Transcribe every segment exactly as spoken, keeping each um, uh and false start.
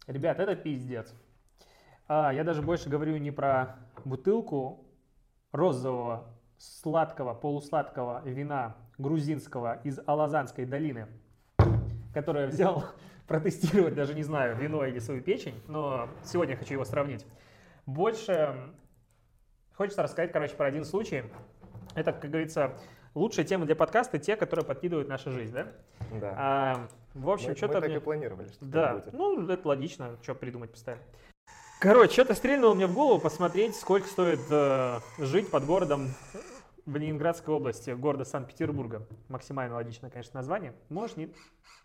Ребят, это пиздец. А, я даже больше говорю не про бутылку розового, сладкого, полусладкого вина грузинского из Алазанской долины, которое я взял протестировать, даже не знаю, вино или свою печень, но сегодня я хочу его сравнить. Больше хочется рассказать, короче, про один случай. Это, как говорится, лучшие темы для подкаста, те, которые подкидывают нашу жизнь, да? Да. А, в общем, мы, что-то... мы так мне... и планировали, что Да, так будет. ну, это логично, что придумать постоянно. Короче, что-то стрельнуло мне в голову посмотреть, сколько стоит э, жить под городом в Ленинградской области, города Санкт-Петербурга. Максимально логичное, конечно, название. Может, нет.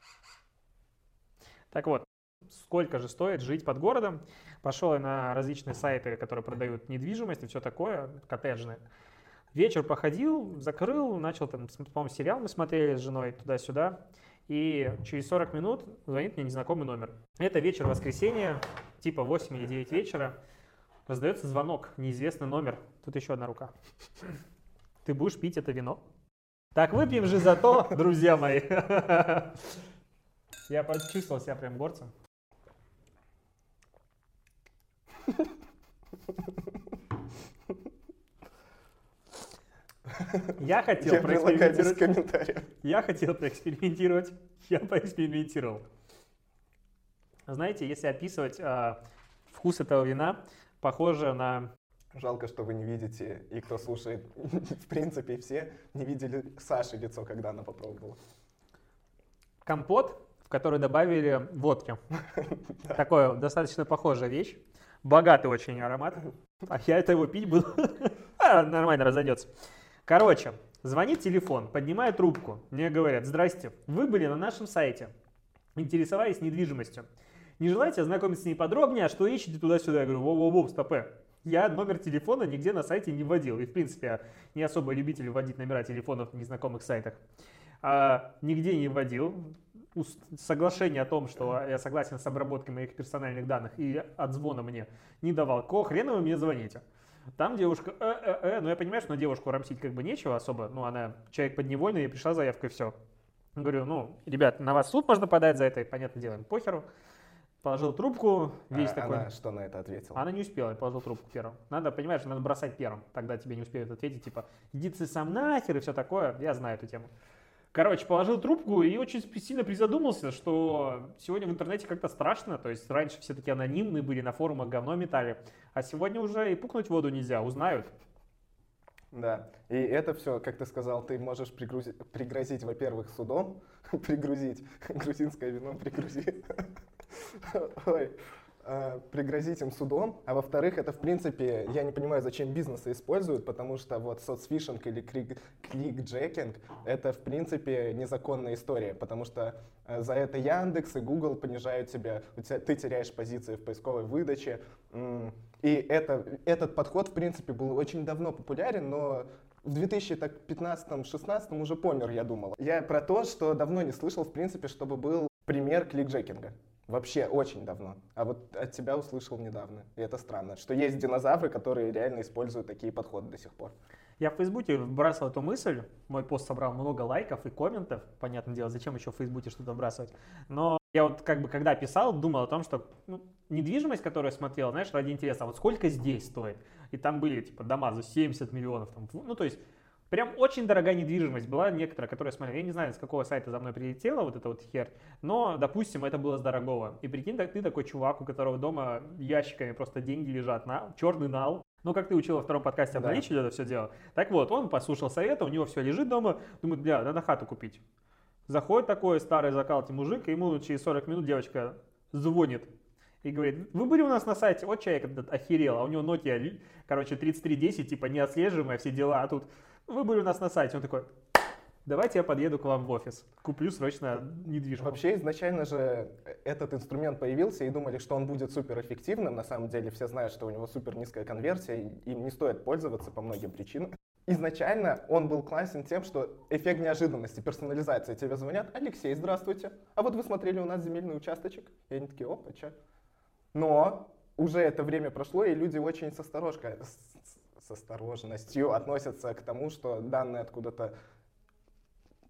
Так вот, сколько же стоит жить под городом? Пошел я на различные сайты, которые продают недвижимость и все такое, коттеджное. Вечер походил, закрыл, начал там, по-моему, сериал мы смотрели с женой туда-сюда. И через сорок минут звонит мне незнакомый номер. Это вечер воскресенья, типа восемь или девять вечера. Раздается звонок, неизвестный номер. Тут еще одна рука. Ты будешь пить это вино? Так выпьем же за то, друзья мои. Я почувствовал себя прям горцем. Я хотел Я проэкспериментировать. комментариев. Я хотел проэкспериментировать. Я поэкспериментировал. Знаете, если описывать э, вкус этого вина, похоже на... Жалко, что вы не видите, и кто слушает, в принципе, все не видели Саши лицо, когда она попробовала. Компот, в который добавили водки. Такое достаточно похожая вещь. Богатый очень аромат. А я это его пить буду. А, нормально разойдется. Короче, звонит телефон, поднимаю трубку. Мне говорят: здрасте, вы были на нашем сайте, интересовались недвижимостью. Не желаете ознакомиться с ней подробнее, а что ищете туда-сюда? Я говорю: воу-воу-воу, стопэ. Я номер телефона нигде на сайте не вводил. И, в принципе, я не особо любитель вводить номера телефонов на незнакомых сайтах. А, нигде не вводил. Соглашение о том, что я согласен с обработкой моих персональных данных и от звона мне не давал. Какого хрена вы мне звоните? Там девушка, э-э-э, ну я понимаю, что на девушку рамсить как бы нечего особо, ну она человек подневольный, ей пришла заявка и все. Говорю: ну, ребят, на вас в суд можно подать за это, и, понятное дело, похеру. Положил трубку, весь а такой. Она что на это ответила? Она не успела, я положил трубку первым. Надо, понимаешь, надо бросать первым, тогда тебе не успеют ответить, типа, иди ты сам нахер и все такое, я знаю эту тему. Короче, положил трубку и очень сильно призадумался, что сегодня в интернете как-то страшно. То есть раньше все такие анонимные были, на форумах говно метали. А сегодня уже и пукнуть в воду нельзя, узнают. Да, и это все, как ты сказал, ты можешь пригрузи- пригрозить, во-первых, судом, пригрузить, грузинское вино пригрузить, ой, э, пригрозить им судом, а во-вторых, это в принципе, я не понимаю, зачем бизнесы используют, потому что вот соцфишинг или клик- кликджекинг это в принципе незаконная история, потому что э, за это Яндекс и Google понижают тебя, у тебя, ты теряешь позиции в поисковой выдаче, м- и это, этот подход, в принципе, был очень давно популярен, но в две тысячи пятнадцатом-шестнадцатом уже помер, я думал. Я про то, что давно не слышал, в принципе, чтобы был пример кликджекинга. Вообще очень давно. А вот от тебя услышал недавно. И это странно, что есть динозавры, которые реально используют такие подходы до сих пор. Я в Фейсбуке вбрасывал эту мысль, мой пост собрал много лайков и комментов, понятное дело, зачем еще в Фейсбуке что-то вбрасывать. Но я вот как бы когда писал, думал о том, что ну, недвижимость, которую я смотрел, знаешь, ради интереса, а вот сколько здесь стоит? И там были типа дома за семьдесят миллионов, там, ну то есть прям очень дорогая недвижимость была некоторая, которую я смотрел. Я не знаю, с какого сайта за мной прилетела вот эта вот херь, но, допустим, это было с дорогого. И прикинь, ты такой чувак, у которого дома ящиками просто деньги лежат, на, черный нал. Ну, как ты учил во втором подкасте, обналичили да. это все дело. Так вот, он послушал совета, у него все лежит дома, думает: бля, надо хату купить. Заходит такой старый закалки мужик, и ему через сорок минут девочка звонит и говорит: вы были у нас на сайте? Вот человек этот охерел, а у него Nokia, короче, тридцать три десять, типа неотслеживаемая, все дела, а тут вы были у нас на сайте. Он такой: давайте я подъеду к вам в офис, куплю срочно недвижимость. Вообще изначально же этот инструмент появился и думали, что он будет суперэффективным. На самом деле все знают, что у него супер низкая конверсия, им не стоит пользоваться по многим причинам. Изначально он был классен тем, что эффект неожиданности, персонализация. Тебе звонят: Алексей, здравствуйте, а вот вы смотрели у нас земельный участочек? И они такие: опа, чё? Но уже это время прошло, и люди очень с осторожкой, с осторожностью относятся к тому, что данные откуда-то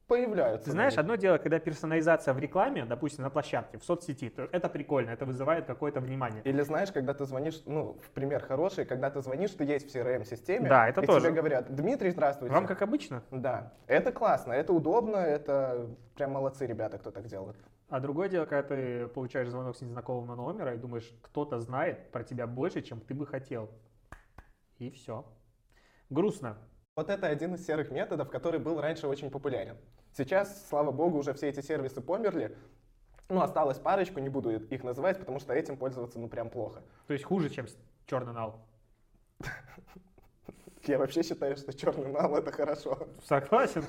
появляются. Ты знаешь, да. одно дело, когда персонализация в рекламе, допустим, на площадке, в соцсети, то это прикольно, это вызывает какое-то внимание. Или знаешь, когда ты звонишь, ну, в пример хороший, когда ты звонишь, ты есть в си ар эм-системе, Да, это и тоже. тебе говорят: Дмитрий, здравствуйте. Вам как обычно. Да, это классно, это удобно, это прям молодцы ребята, кто так делает. А другое дело, когда ты получаешь звонок с незнакомого номера и думаешь, кто-то знает про тебя больше, чем ты бы хотел. И все. Грустно. Вот это один из серых методов, который был раньше очень популярен. Сейчас, слава богу, уже все эти сервисы померли. Ну, осталось парочку, не буду их называть, потому что этим пользоваться, ну, прям плохо. То есть хуже, чем черный нал. Я вообще считаю, что черный нал — это хорошо. Согласен.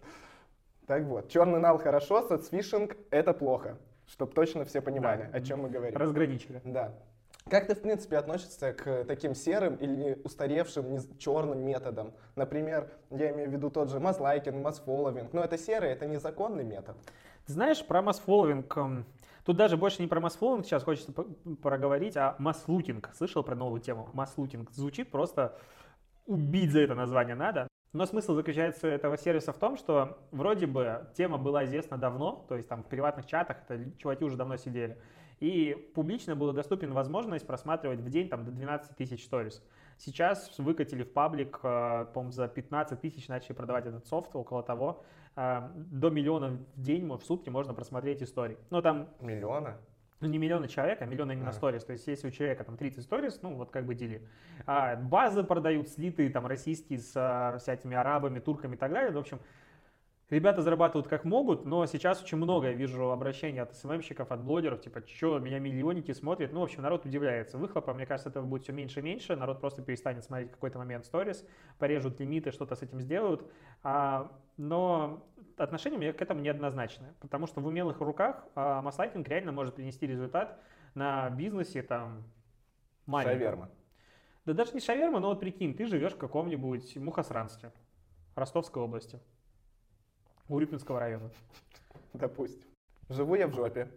Так вот, черный нал хорошо, соцфишинг — это плохо. Чтобы точно все понимали, Да. о чем мы говорим. Разграничили. Да. Как ты, в принципе, относишься к таким серым или устаревшим не- черным методам? Например, я имею в виду тот же масс-лайкинг, масс-фолловинг. Но это серый, это незаконный метод. Ты знаешь, про масс-фолловинг, эм, тут даже больше не про масс-фолловинг сейчас хочется по- проговорить, а масс-лутинг. Слышал про новую тему? Масс-лутинг. Звучит просто убить за это название надо. Но смысл заключается этого сервиса в том, что вроде бы тема была известна давно, то есть там в приватных чатах это чуваки уже давно сидели, и публично была доступна возможность просматривать в день там, до двенадцати тысяч сторис. Сейчас выкатили в паблик, э, по-моему, за пятнадцать тысяч начали продавать этот софт, около того. Э, До миллиона в день, в сутки можно просмотреть истории. Ну там Миллиона? ну, не миллионы человек, а миллионы именно А. сторис. То есть, если у человека там тридцать сторис, ну, вот как бы дели. А базы продают, слитые там российские с а, всякими арабами, турками и так далее. В общем, ребята зарабатывают как могут, но сейчас очень много я вижу обращений от СММщиков, от блогеров, типа, что, меня миллионники смотрят. Ну, в общем, народ удивляется. Выхлопа, мне кажется, этого будет все меньше и меньше. Народ просто перестанет смотреть в какой-то момент сторис, порежут лимиты, что-то с этим сделают. А, но отношение у меня к этому неоднозначное, потому что в умелых руках а, масс-лайкинг реально может принести результат на бизнесе там маленьком. Шаверма. Да даже не шаверма, но вот прикинь, ты живешь в каком-нибудь Мухосранске, Ростовской области, Урюпинского района. Допустим. Живу я в жопе.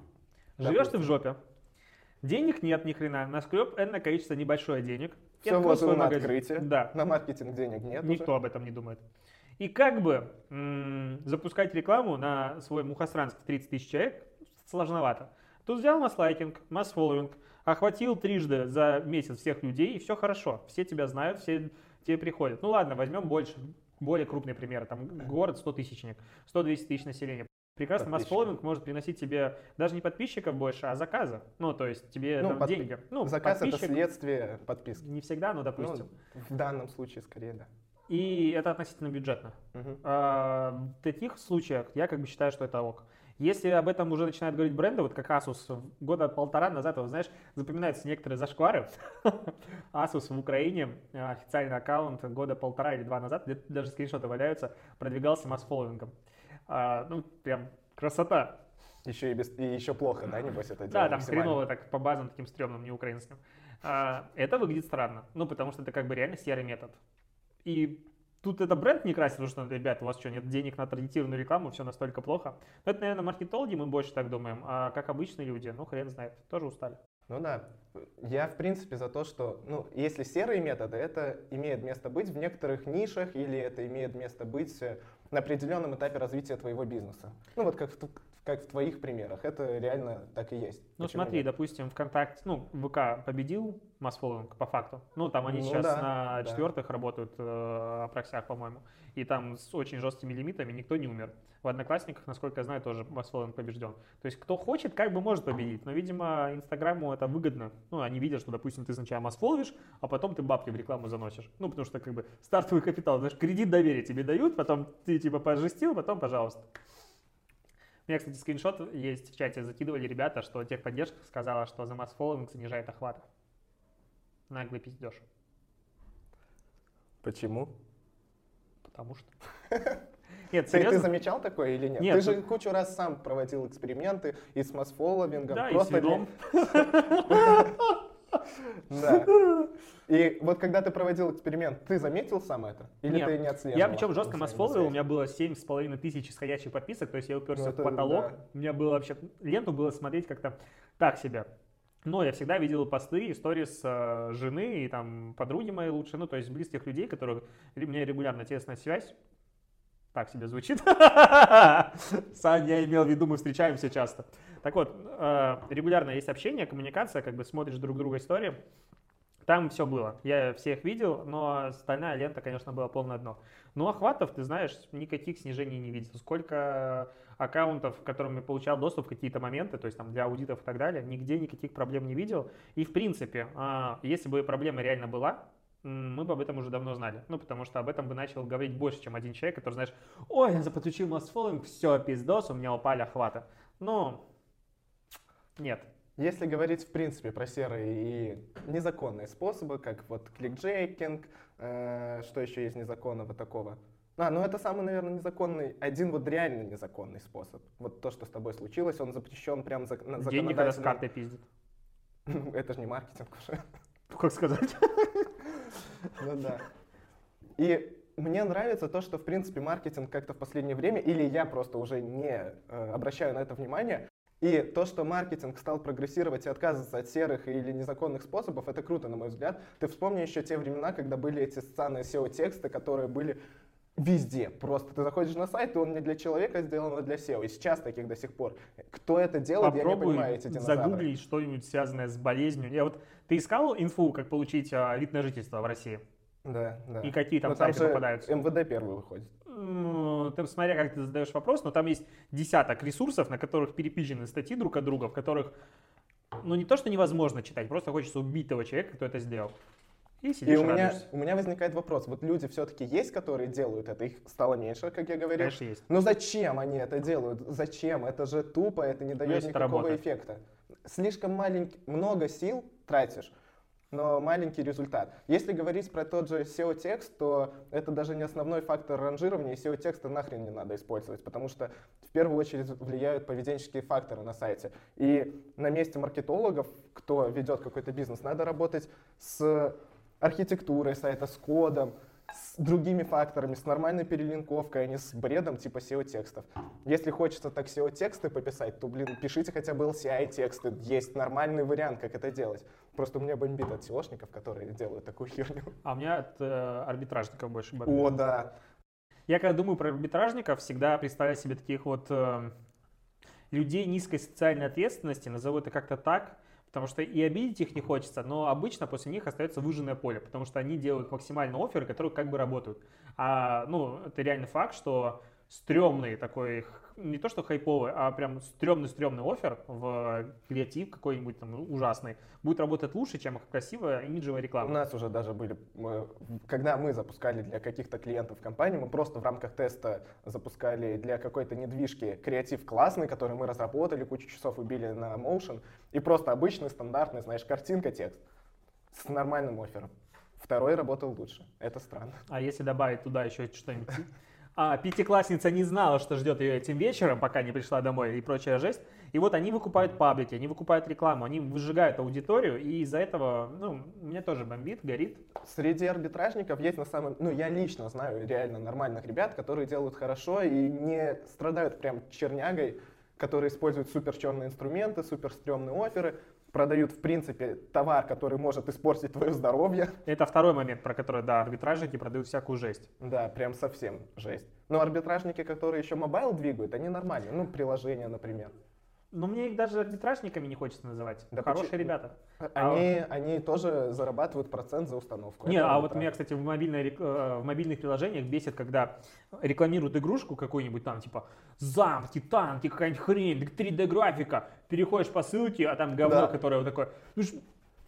Живешь ты в жопе, денег нет ни хрена, наскреб энное количество небольшое денег. и Все открыл вложил свой на магазин. открытие. Да. На маркетинг денег нет Никто уже. об этом не думает. И как бы м, запускать рекламу на свой Мухосранск в тридцать тысяч человек сложновато. Тут взял масс-лайкинг, масс-фолловинг, охватил трижды за месяц всех людей, и все хорошо. Все тебя знают, все тебе приходят. Ну ладно, возьмем больше, более крупные примеры. Там город сто тысячник, сто-двести тысяч населения. Прекрасно, Подписчиков. масс-фолловинг может приносить тебе даже не подписчиков больше, а заказа. Ну, то есть тебе Ну, там подпи- деньги. Ну, Заказ — это подписчик следствие подписки. не всегда, но допустим. Ну, в данном случае скорее, да. И это относительно бюджетно. Мгм. А, в таких случаях я как бы считаю, что это ок. Если об этом уже начинают говорить бренды, вот как Asus, года полтора назад, вот, знаешь, запоминаются некоторые зашквары. Asus в Украине, а, официальный аккаунт года полтора или два назад, где даже скриншоты валяются, продвигался масс-фолловингом. А, ну, прям красота. Еще и, без... и еще плохо, да, небось, это дело Да, там максимально? хреново так по базам таким стрёмным, не украинским. А, это выглядит странно, ну, потому что это как бы реально серый метод. И тут это бренд не красит, потому что, ребят, у вас что, нет денег на таргетированную рекламу, все настолько плохо. Но это, наверное, маркетологи, мы больше так думаем, а как обычные люди, ну, хрен знает, тоже устали. Ну да, я в принципе за то, что, ну, если серые методы, это имеет место быть в некоторых нишах или это имеет место быть э, на определенном этапе развития твоего бизнеса. Ну вот как в, т- как в твоих примерах, это реально так и есть. Ну, Почему смотри, нет? допустим, ВКонтакте, ну, ВК победил масс-фолловинг по факту. Ну, там они Ну сейчас да, на да. четвертых работают э, проксях, по-моему. И там с очень жесткими лимитами никто не умер. В Одноклассниках, насколько я знаю, тоже масс-фолловинг побежден. То есть, кто хочет, как бы может победить. Но, видимо, Инстаграму это выгодно. Ну, они видят, что, допустим, ты сначала масс-фолловишь, а потом ты бабки в рекламу заносишь. Ну, потому что, как бы, стартовый капитал, знаешь, кредит доверия тебе дают, потом ты, типа, пожестил, потом, пожалуйста. У меня, кстати, скриншот есть в чате, закидывали ребята, что техподдержка сказала, что за масс-фолловинг снижает охват. Наглый пиздеж. Почему? Потому что... Нет, Ты, ты серьезно? замечал такое или нет? Нет, Ты же ну- кучу раз сам проводил эксперименты и с масс-фолловингом. Да, и с просто для- вином. Да. И вот когда ты проводил эксперимент, ты заметил сам это? Или Нет. ты не отслеживал? Я причем жестко взаимную масс-фолловил, у связь? меня было семь с половиной тысяч исходящих подписок, то есть я уперся Ну, в это потолок. да. У меня было вообще... Ленту было смотреть как-то так себе. Но я всегда видел посты, истории с э, жены и там подруги моей лучшие, ну то есть близких людей, которых у меня регулярно тесная связь. Так себе звучит. Сань, я имел в виду, мы встречаемся часто. Так вот, регулярно есть общение, коммуникация, как бы смотришь друг друга истории. Там все было. Я всех видел, но остальная лента, конечно, была полное дно. Но охватов, ты знаешь, никаких снижений не видел. Сколько аккаунтов, к которым я получал доступ в какие-то моменты, то есть там для аудитов и так далее, нигде никаких проблем не видел. И в принципе, если бы проблема реально была, мы бы об этом уже давно знали. Ну, потому что об этом бы начал говорить больше, чем один человек, который, знаешь, ой, я заподключил Must Following, все, пиздос, у меня упали охваты. Ну, нет. Если говорить, в принципе, про серые и незаконные способы, как вот кликджейкинг, э, что еще есть незаконного такого? А, ну это самый, наверное, незаконный, один вот реально незаконный способ. Вот то, что с тобой случилось, он запрещен прямо за, на законодательном... Деньги, когда с картой пиздят. Это же не маркетинг уже. Как сказать? Ну да. И мне нравится то, что, в принципе, маркетинг как-то в последнее время, или я просто уже не э, обращаю на это внимание, и то, что маркетинг стал прогрессировать и отказываться от серых или незаконных способов, это круто, на мой взгляд. Ты вспомни еще те времена, когда были эти ссаные сео-тексты, которые были везде. Просто ты заходишь на сайт, и он не для человека сделан, а для сео. И сейчас таких до сих пор. Кто это делает, Попробуй я не понимаю, эти динозавры. загуглить что-нибудь связанное с болезнью. Я вот, ты искал инфу, как получить а, вид на жительство в России? Да, да. И какие там но сайты там же попадаются? эм вэ дэ первый выходит. Ну, ты смотря, как ты задаешь вопрос, но там есть десяток ресурсов, на которых перепизжены статьи друг от друга, в которых, ну, не то, что невозможно читать, просто хочется убить того человека, кто это сделал. И сидишь, И у меня, радуешься. у меня возникает вопрос, вот люди все-таки есть, которые делают это, их стало меньше, как я говорил. Конечно, есть. Но зачем они это делают? Зачем? Это же тупо, это не дает Есть никакого работа. эффекта. Слишком маленький, много сил тратишь, но маленький результат. Если говорить про тот же сео-текст, то это даже не основной фактор ранжирования, и сео-текста нахрен не надо использовать, потому что в первую очередь влияют поведенческие факторы на сайте. И на месте маркетологов, кто ведет какой-то бизнес, надо работать с архитектурой сайта, с кодом, с другими факторами, с нормальной перелинковкой, а не с бредом типа сео-текстов. Если хочется так сео-тексты пописать, то, блин, пишите хотя бы эл си ай-тексты. Есть нормальный вариант, как это делать. Просто у меня бомбит от сеошников, которые делают такую херню. А у меня от э, арбитражников больше бомбит. О, да. Я когда думаю про арбитражников, всегда представляю себе таких вот э, людей низкой социальной ответственности, назову это как-то так, потому что и обидеть их не хочется, но обычно после них остается выжженное поле, потому что они делают максимально офферы, которые как бы работают. А, ну, это реальный факт, что стрёмный такой, не то что хайповый, а прям стрёмный-стрёмный оффер в креатив какой-нибудь там ужасный будет работать лучше, чем красивая имиджевая У реклама. нас уже даже были, мы, когда мы запускали для каких-то клиентов компании, мы просто в рамках теста запускали для какой-то недвижки креатив классный, который мы разработали, кучу часов убили на Motion, и просто обычный, стандартный, знаешь, картинка, текст с нормальным оффером. Второй работал лучше. Это странно. А если добавить туда еще что-нибудь? А пятиклассница не знала, что ждет ее этим вечером, пока не пришла домой и прочая жесть. И вот они выкупают паблики, они выкупают рекламу, они выжигают аудиторию, и из-за этого, ну, мне тоже бомбит, горит. Среди арбитражников есть на самом... Ну, я лично знаю реально нормальных ребят, которые делают хорошо и не страдают прям чернягой, которые используют супер черные инструменты, супер стрёмные офферы, продают, в принципе, товар, который может испортить твое здоровье. Это второй момент, про который, да, арбитражники продают всякую жесть. Да, прям совсем жесть. Но арбитражники, которые еще мобайл двигают, они нормальные. Ну, приложения, например. Но мне их даже арбитражниками не хочется называть. Да Хорошие почему? ребята. Они, а... они тоже зарабатывают процент за установку. Не, Это а арбитраж. вот меня, кстати, в, мобильной, рек- в мобильных приложениях бесит, когда рекламируют игрушку какую-нибудь там, типа замки, танки, какая-нибудь хрень, три дэ-графика. Переходишь по ссылке, а там говно, Да. которое вот такое. Ну, ж-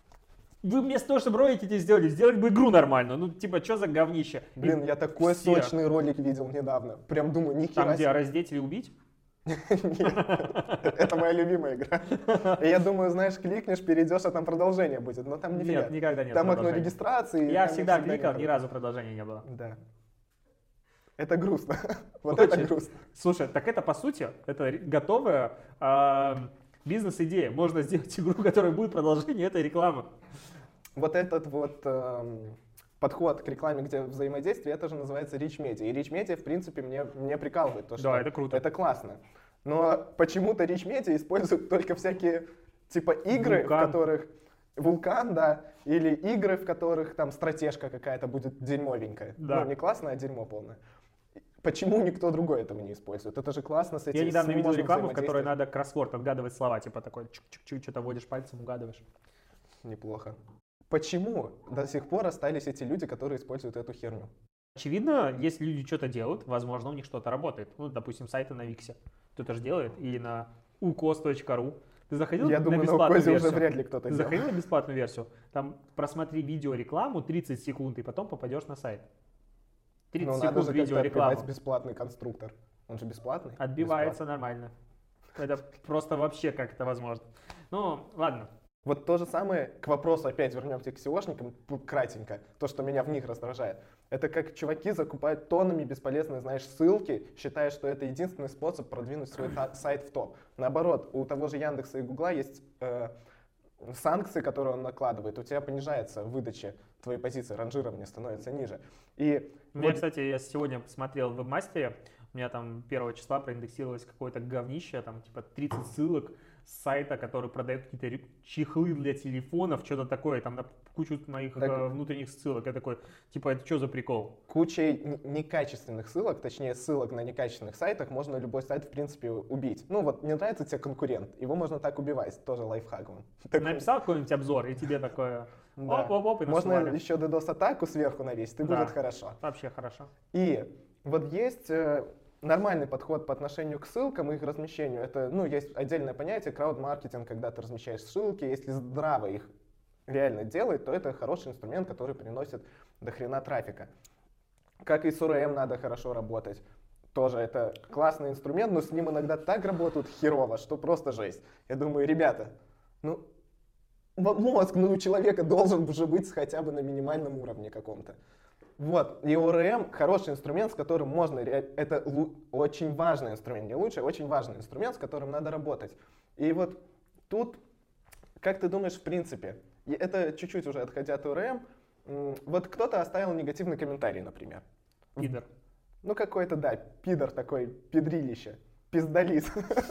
вы вместо того, чтобы ролики эти сделали, сделали бы игру нормально. Ну, типа, что за говнище? Блин, И я такой все. сочный ролик видел недавно. Прям думаю, ни Там, хера где себе. раздеть или убить? Нет, это моя любимая игра. И я думаю, знаешь, кликнешь, перейдешь, а там продолжение будет. Но там нифига. Нет, никогда нет Там окно продолжения. регистрации. Я там всегда всегда кликал, нет. ни разу продолжения не было. Да. Это грустно. Вот Очень. это грустно. Слушай, так это по сути, это ре- готовая а, бизнес-идея. Можно сделать игру, которая будет продолжение этой рекламы. Вот этот вот эм, подход к рекламе, где взаимодействие, это же называется Rich Media. И Rich Media, в принципе, мне, мне прикалывает то, что Да, это круто. это классно. Но почему-то Rich Media используют только всякие типа игры, Вулкан. в которых вулкан, да, или игры, в которых там стратежка какая-то будет дерьмовенькая. Да. Ну, не классная, а дерьмо полное. Почему никто другой этого не использует? Это же классно с этим. Я недавно видел рекламу, в которой надо кроссворд отгадывать слова, типа такой чик-чик-чик, что-то вводишь пальцем, угадываешь. Неплохо. Почему до сих пор остались эти люди, которые используют эту херню? Очевидно, если люди что-то делают, возможно, у них что-то работает. Ну, допустим, сайты на Виксе. Кто-то же делает. Или на укос точка ру. Ты заходил Я на думаю, на бесплатную укосе версию? уже вряд ли кто-то Ты делал. заходил на бесплатную версию? Там просмотри видеорекламу тридцать секунд, и потом попадешь на сайт. тридцать Ну, надо секунд же как-то видеорекламы. отбивать бесплатный конструктор. Он же бесплатный? Отбивается нормально. Это просто вообще как это возможно. Ну, ладно. Вот то же самое, к вопросу опять вернемся к сеошникам, кратенько, то, что меня в них раздражает. Это как чуваки закупают тоннами бесполезные, знаешь, ссылки, считая, что это единственный способ продвинуть свой сайт в топ. Наоборот, у того же Яндекса и Гугла есть э, санкции, которые он накладывает, у тебя понижается выдача твоей позиции, ранжирование становится ниже. И У меня, вот... кстати, я сегодня посмотрел в вебмастере, у меня там первого числа проиндексировалось какое-то говнище, там типа тридцать ссылок с сайта, который продает какие-то чехлы для телефонов, что-то такое, там на кучу моих так... э, внутренних ссылок. Я такой, типа, это что за прикол? Кучей некачественных ссылок, точнее ссылок на некачественных сайтах, можно любой сайт, в принципе, убить. Ну вот, не нравится тебе конкурент, его можно так убивать, тоже лайфхак. Написал какой-нибудь обзор, и тебе такое, оп-оп-оп, и можно насували. еще DDoS-атаку сверху навесить, и да, будет хорошо. Вообще хорошо. И вот есть э, нормальный подход по отношению к ссылкам и их размещению. Это, ну, есть отдельное понятие крауд-маркетинг, когда ты размещаешь ссылки, если здраво их реально делать, то это хороший инструмент, который приносит до хрена трафика. Как и с о эр эм надо хорошо работать. Тоже это классный инструмент, но с ним иногда так работают херово, что просто жесть. Я думаю, ребята, ну, мозг ну, у человека должен уже быть хотя бы на минимальном уровне каком-то. Вот, и о эр эм хороший инструмент, с которым можно, это очень важный инструмент, не лучший, очень важный инструмент, с которым надо работать. И вот тут, как ты думаешь, в принципе, это чуть-чуть уже отходя от о эр эм, вот кто-то оставил негативный комментарий, например. Пидор. Ну какой-то, да, пидор такой, пидрилище, пиздолиз,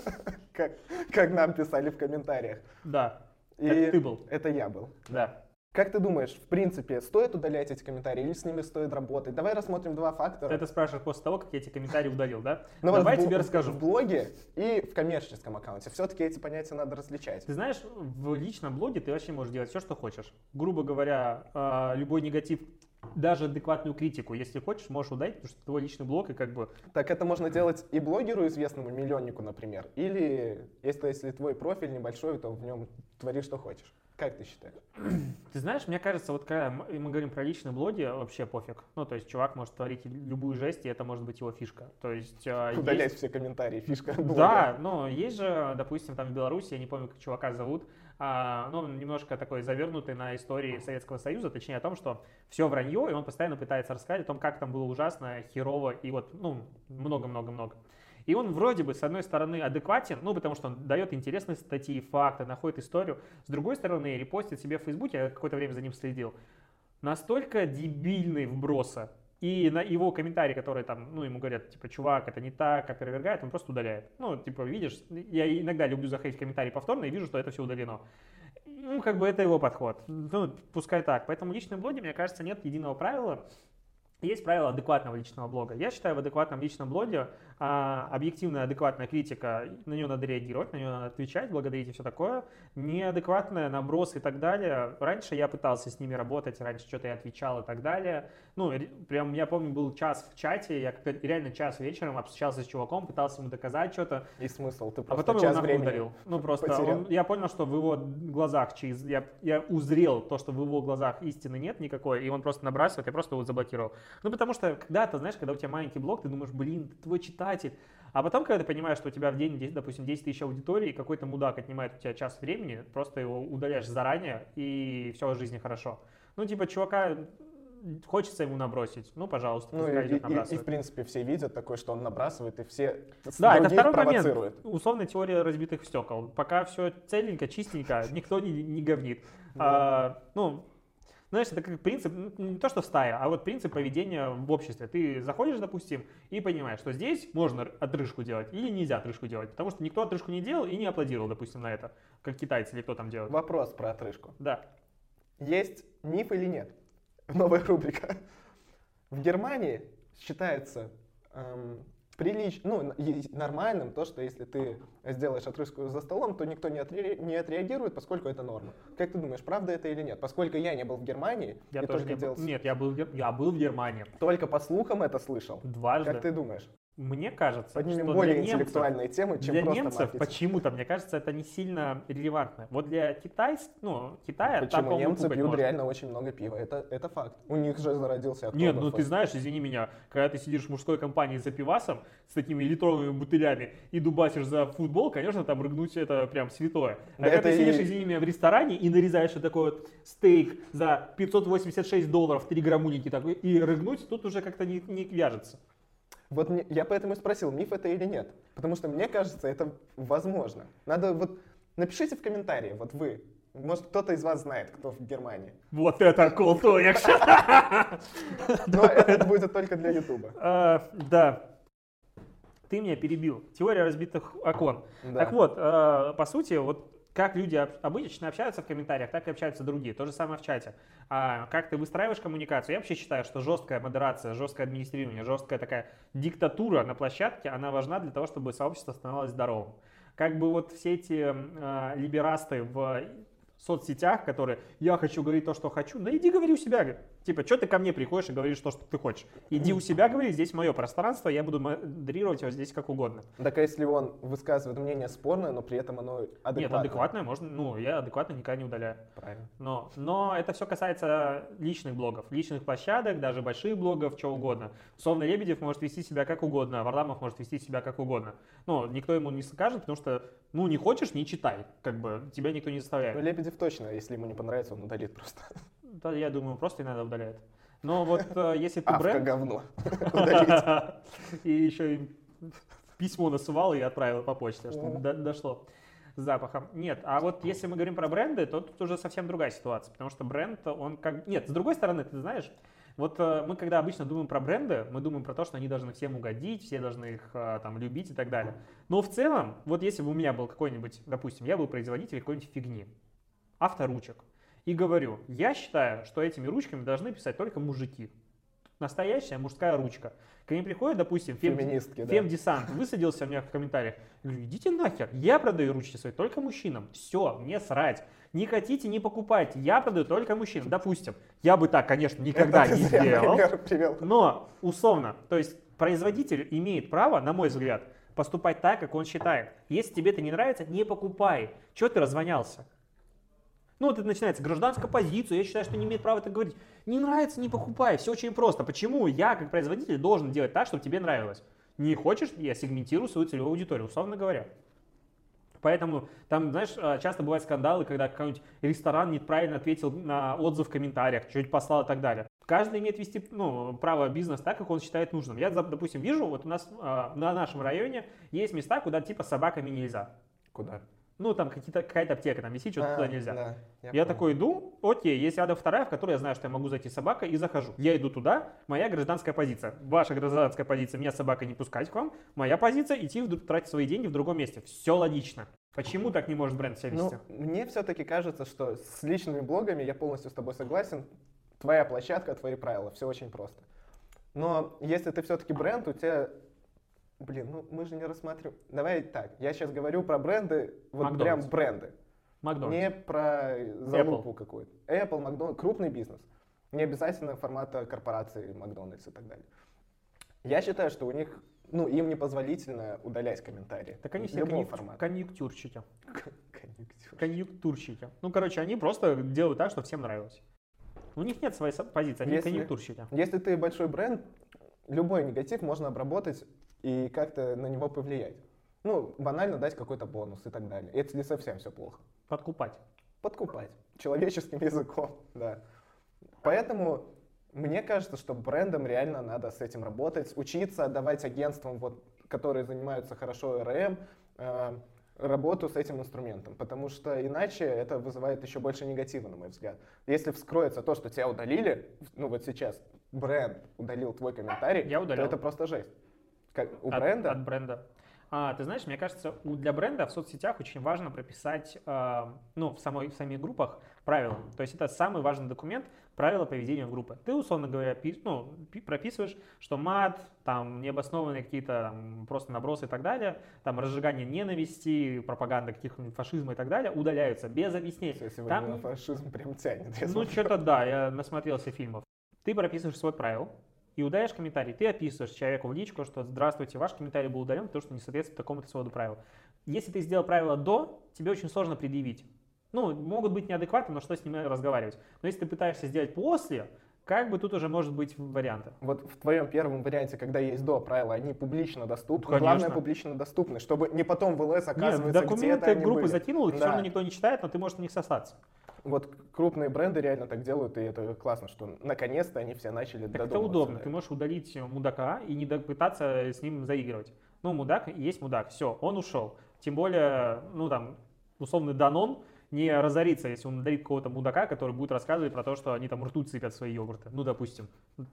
как, как нам писали в комментариях. Да, и это ты был. Это я был. Да. Как ты думаешь, в принципе, стоит удалять эти комментарии или с ними стоит работать? Давай рассмотрим два фактора. Ты это спрашиваешь после того, как я эти комментарии удалил, да? Ну, Давай вот тебе в, расскажу. В блоге и в коммерческом аккаунте. Все-таки эти понятия надо различать. Ты знаешь, в личном блоге ты вообще можешь делать все, что хочешь. Грубо говоря, любой негатив, даже адекватную критику, если хочешь, можешь удалить, потому что это твой личный блог и как бы... Так это можно делать и блогеру известному, миллионнику, например, или если, если твой профиль небольшой, то в нем твори, что хочешь. Как ты считаешь? Ты знаешь, мне кажется, вот когда мы говорим про личные блоги, вообще пофиг. Ну, то есть чувак может творить любую жесть, и это может быть его фишка. То есть... Удалять есть... все комментарии, фишка блога. Да, но есть же, допустим, там в Беларуси, я не помню, как чувака зовут, а, ну, он немножко такой завернутый на истории Советского Союза, точнее о том, что все вранье, и он постоянно пытается рассказать о том, как там было ужасно, херово, и вот, ну, много-много-много. И он вроде бы, с одной стороны, адекватен, ну, потому что он дает интересные статьи, факты, находит историю. С другой стороны, репостит себе в Фейсбуке, я какое-то время за ним следил, настолько дебильные вбросы. И на его комментарии, которые там, ну, ему говорят, типа, чувак, это не так, опровергает, он просто удаляет. Ну, типа, видишь, я иногда люблю заходить в комментарии повторно и вижу, что это все удалено. Ну, как бы это его подход. Ну, пускай так. Поэтому в личном блоге, мне кажется, нет единого правила. Есть правило адекватного личного блога. Я считаю, в адекватном личном блоге а, объективная, адекватная критика, на нее надо реагировать, на нее надо отвечать, благодарить и все такое. Неадекватная, наброс и так далее. Раньше я пытался с ними работать, раньше что-то я отвечал и так далее. Ну, прям, я помню, был час в чате, я реально час вечером общался с чуваком, пытался ему доказать что-то. И смысл? Ты а просто потом час его нахуй времени удалил. Ну, просто потерял. он, я понял, что в его глазах, через, я, я узрел то, что в его глазах истины нет никакой, и он просто набрасывает, я просто его заблокировал. Ну, потому что когда-то, знаешь, когда у тебя маленький блог, ты думаешь, блин, ты твой читатель. А потом, когда ты понимаешь, что у тебя в день, допустим, десять тысяч аудитории, и какой-то мудак отнимает у тебя час времени, просто его удаляешь заранее, и все в жизни хорошо. Ну, типа, чувака хочется ему набросить, ну, пожалуйста, ну, пускай и, идет и, набрасывать. и, в принципе, все видят такое, что он набрасывает, и все Да, это других второй провоцирует. момент. Условная теория разбитых стекол. Пока все целенько, чистенько, никто не, не говнит. А, ну, знаешь, это как принцип, не то что в стае, а вот принцип поведения в обществе. Ты заходишь, допустим, и понимаешь, что здесь можно отрыжку делать или нельзя отрыжку делать, потому что никто отрыжку не делал и не аплодировал, допустим, на это, как китайцы или кто там делает. Вопрос про отрыжку. Да. Есть миф или нет? Новая рубрика. В Германии считается эм, прилич... ну, и нормальным то, что если ты сделаешь отрыжку за столом, то никто не, отре... не отреагирует, поскольку это норма. Как ты думаешь, правда это или нет? Поскольку я не был в Германии, Я и тоже только не делал... был. Нет, я был, в Гер- я был в Германии. Только по слухам это слышал. Дважды. Как ты думаешь? Мне кажется, Поднимем что более для немцев, интеллектуальные темы, чем для просто немцев маркетинг. почему-то, мне кажется, это не сильно релевантно. Вот для китайцев, ну, Китая, там, Почему по-моему, немцы выкупать пьют можно. реально очень много пива? Это, это факт. У них же зародился Нет, Октоберфест. ну ты знаешь, извини меня, когда ты сидишь в мужской компании за пивасом с такими литровыми бутылями и дубасишь за футбол, конечно, там рыгнуть это прям святое. А Да когда ты это сидишь, и- извини меня, в ресторане и нарезаешь вот такой вот стейк за пятьсот восемьдесят шесть долларов, три граммуники такой, и рыгнуть, тут уже как-то не, не вяжется. Вот мне- я поэтому и спросил, миф это или нет. Потому что мне кажется, это возможно. Надо вот... Напишите в комментарии, вот вы. Может, кто-то из вас знает, кто в Германии. Вот это култуек! Но это будет только для Ютуба. А, Да. Ты меня перебил. Теория разбитых окон. Да. Так вот, э, по сути, вот как люди об- обычно общаются в комментариях, так и общаются другие. То же самое в чате. А как ты выстраиваешь коммуникацию? Я вообще считаю, что жесткая модерация, жесткое администрирование, жесткая такая диктатура на площадке, она важна для того, чтобы сообщество становилось здоровым. Как бы вот все эти э, либерасты в соцсетях, которые «я хочу говорить то, что хочу», да иди говори у себя. говорит. Типа, что ты ко мне приходишь и говоришь то, что ты хочешь? Иди у себя говори, здесь мое пространство, я буду модерировать его здесь как угодно. Так а если он высказывает мнение спорное, но при этом оно адекватное? Нет, адекватное можно, ну, я адекватно никогда не удаляю. Правильно. Но, но это все касается личных блогов, личных площадок, даже больших блогов, чего угодно. Условно, Лебедев может вести себя как угодно, Варламов может вести себя как угодно. Но никто ему не скажет, потому что, ну, не хочешь, не читай, как бы, тебя никто не заставляет. Но Лебедев точно, если ему не понравится, он удалит просто. Да, я думаю, просто иногда удаляет. Но вот э, если ты Авка бренд... говно. Удалить. И еще и письмо насывал и отправил по почте, чтобы Мгм. до- дошло с запахом. Нет, а вот если мы говорим про бренды, то тут уже совсем другая ситуация, потому что бренд, он как... Нет, с другой стороны, ты знаешь, вот э, мы когда обычно думаем про бренды, мы думаем про то, что они должны всем угодить, все должны их э, там любить и так далее. Но в целом, вот если бы у меня был какой-нибудь, допустим, я был производитель какой-нибудь фигни, авторучек, и говорю, я считаю, что этими ручками должны писать только мужики. Настоящая мужская ручка. Ко мне приходит, допустим, фем... Феминистки, да. фемдесант, высадился у меня в комментариях. Я говорю, идите нахер, я продаю ручки свои только мужчинам. Все, мне срать. Не хотите, не покупайте, я продаю только мужчинам. Допустим, я бы так, конечно, никогда Это ты не зря сделал. пример привел. Но, условно, то есть производитель имеет право, на мой взгляд, поступать так, как он считает. Если тебе это не нравится, не покупай. Чего ты развонялся? Ну, вот это начинается гражданская позиция, я считаю, что не имеет права это говорить. Не нравится, не покупай, все очень просто. Почему я, как производитель, должен делать так, чтобы тебе нравилось? Не хочешь, я сегментирую свою целевую аудиторию, условно говоря. Поэтому там, знаешь, часто бывают скандалы, когда какой-нибудь ресторан неправильно ответил на отзыв в комментариях, что-нибудь послал и так далее. Каждый имеет вести, ну, право бизнес так, как он считает нужным. Я, допустим, вижу, вот у нас а, на нашем районе есть места, куда типа с собаками нельзя. Куда? Ну, там какие-то, какая-то аптека там висит, что-то А, туда нельзя. да, Я понял. такой иду, окей, есть рядом вторая, в которой я знаю, что я могу зайти с собакой, и захожу. Я иду туда, моя гражданская позиция. Ваша гражданская позиция, меня с собакой не пускать к вам. Моя позиция, идти в- тратить свои деньги в другом месте. Все логично. Почему так не может бренд себя Ну, вести? мне все-таки кажется, что с личными блогами я полностью с тобой согласен. Твоя площадка, твои правила, все очень просто. Но если ты все-таки бренд, у тебя... Блин, ну мы же не рассматриваем... Давай так, я сейчас говорю про бренды, вот Макдональдс. прям бренды. Макдональдс. Не про залупу какую-то. Apple, Макдональдс, крупный бизнес. Не обязательно формата корпорации Макдональдс и так далее. Я считаю, что у них, ну, им непозволительно удалять комментарии. Так они все любого конъюнк- формата. конъюнктурщики. Конъюнктура. Конъюнктурщики. Ну, короче, они просто делают так, чтобы всем нравилось. У них нет своей со- позиции, они Если- конъюнктурщики. Если ты большой бренд, любой негатив можно обработать и как-то на него повлиять. Ну, банально дать какой-то бонус и так далее. Если совсем все плохо. Подкупать. Подкупать. Человеческим языком, да. Поэтому мне кажется, что брендам реально надо с этим работать, учиться отдавать агентствам, вот, которые занимаются хорошо эр эм, э, работу с этим инструментом, потому что иначе это вызывает еще больше негатива, на мой взгляд. Если вскроется то, что тебя удалили, ну вот сейчас бренд удалил твой комментарий, Я то удалял. это просто жесть. Как у От- бренда? От бренда. А, ты знаешь, мне кажется, у- для бренда в соцсетях очень важно прописать, а, ну, в, самой, в самих группах правила. То есть это самый важный документ, правила поведения в группе. Ты, условно говоря, пи- ну, пи- прописываешь, что мат, там, необоснованные какие-то там, просто набросы и так далее, там, разжигание ненависти, пропаганда каких-нибудь фашизма и так далее удаляются без объяснений. Все сегодня Там на фашизм прям тянет. я ну, смотрю. что-то да, я насмотрелся фильмов. Ты прописываешь свой правил и удаляешь комментарий. Ты описываешь человеку в личку, что «Здравствуйте, ваш комментарий был удален, потому что не соответствует такому-то своду правила». Если ты сделал правило до, тебе очень сложно предъявить. Ну, могут быть неадекватны, но что с ними разговаривать. Но если ты пытаешься сделать после, как бы тут уже может быть варианты. Вот в твоем первом варианте, когда есть до правила, они публично доступны. Конечно. Главное, публично доступны, чтобы не потом в ЛС Нет, оказывается, где-то документы они группы были. закинул, их Да. все равно никто не читает, но ты можешь на них сослаться. Вот крупные бренды реально так делают, и это классно, что наконец-то они все начали Так это додумываться удобно. до Ты этого. можешь удалить мудака и не до- пытаться с ним заигрывать. Ну, мудак есть мудак, все, он ушел. Тем более, ну там, условный Данон не разорится, если он ударит какого-то мудака, который будет рассказывать про то, что они там ртуть цепят в свои йогурты. Ну, допустим.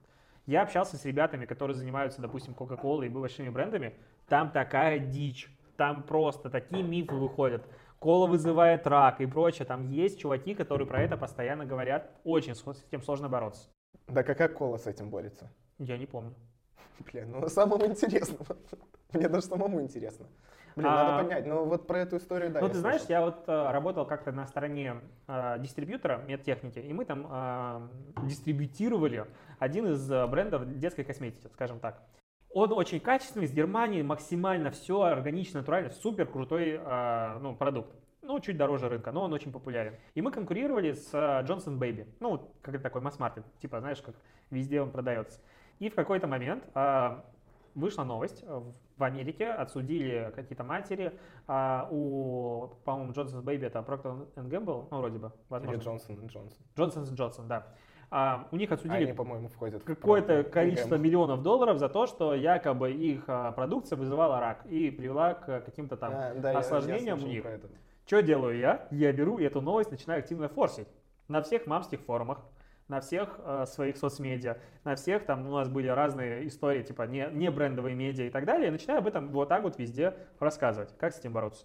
Я общался с ребятами, которые занимаются, допустим, Coca-Cola и большими брендами. Там такая дичь. Там просто такие мифы выходят. Кола вызывает рак и прочее. Там есть чуваки, которые про это постоянно говорят. Очень с с этим сложно бороться. Да какая кола с этим борется? Я не помню. Блин, ну самому интересно. Мне даже самому интересно. Блин, А, надо понять. Но вот про эту историю, да, Ну, я ты знаешь, слышал. я вот э, работал как-то на стороне э, дистрибьютора медтехники, и мы там э, дистрибьютировали один из э, брендов детской косметики, скажем так. Он очень качественный, из Германии, максимально все органично, натурально, супер крутой э, ну, продукт. Ну, чуть дороже рынка, но он очень популярен. И мы конкурировали с э, Johnson Baby. Ну, вот как это такой масс-маркет, типа, знаешь, как везде он продается. И в какой-то момент э, вышла новость, э, в Америке отсудили какие-то матери, а у, по-моему, Johnson Baby это Procter энд Gamble, ну, вроде бы, Или возможно. Джонсон и Джонсон. Johnson энд Johnson, да. А, у них А отсудили они, по-моему, входят в какое-то Procter энд количество Gamble. миллионов долларов за то, что якобы их а, продукция вызывала рак и привела к каким-то там А, да, я- я осложнениям у слышал них. про это. Что делаю я? Я беру и эту новость начинаю активно форсить на всех мамских форумах, на всех э, своих соцмедиа, на всех, там у нас были разные истории, типа не, не брендовые медиа и так далее, и начинаю об этом вот так вот везде рассказывать. Как с этим бороться?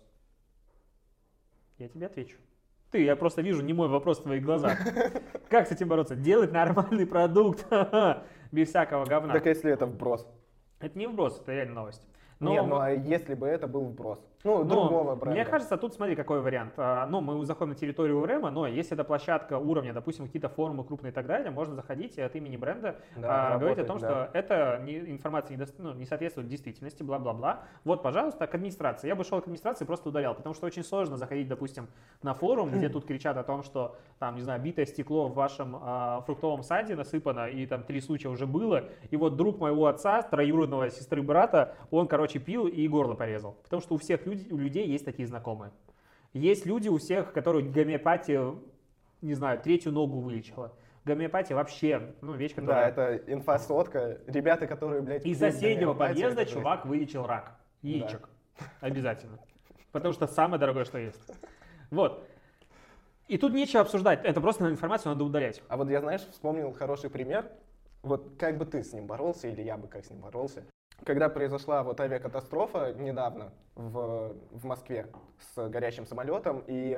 Я тебе отвечу. Ты, я просто вижу не мой вопрос в твоих глазах. Как с этим бороться? Делать нормальный продукт, без всякого говна. Так если это вброс. Это не вброс, это реально новость. Но, Нет, ну а если бы это был вброс? Ну, но другого бренда. мне кажется, тут смотри, какой вариант. А, Ну, мы заходим на территорию УРЭМа, но если это площадка уровня, допустим, какие-то форумы крупные и так далее, можно заходить и от имени бренда Да, а, говорить о работать, том, да. что эта не- информация не, дос- ну, не соответствует действительности, бла-бла-бла. Вот, пожалуйста, к администрации. Я бы шел к администрации и просто удалял, потому что очень сложно заходить, допустим, на форум, где тут кричат о том, что там, не знаю, битое стекло в вашем а, фруктовом саде насыпано, и там три случая уже было, и вот друг моего отца, троюродного сестры брата, он, короче, пил и горло порезал. Потому что у всех людей, у людей есть такие знакомые. Есть люди у всех, которые гомеопатия, не знаю, третью ногу вылечила. Гомеопатия вообще, ну, вещь, Да, которая... это инфа-сотка. Ребята, которые, блядь... Из пьют соседнего гомеопатию, подъезда это жесть. чувак вылечил рак. Яичек. Обязательно. Потому что самое дорогое, что есть. Вот. И тут нечего обсуждать. Это просто информацию надо удалять. А вот я, знаешь, вспомнил хороший пример. Вот как бы ты с ним боролся, или я бы как с ним боролся. Когда произошла вот авиакатастрофа недавно в, в Москве с горящим самолетом, и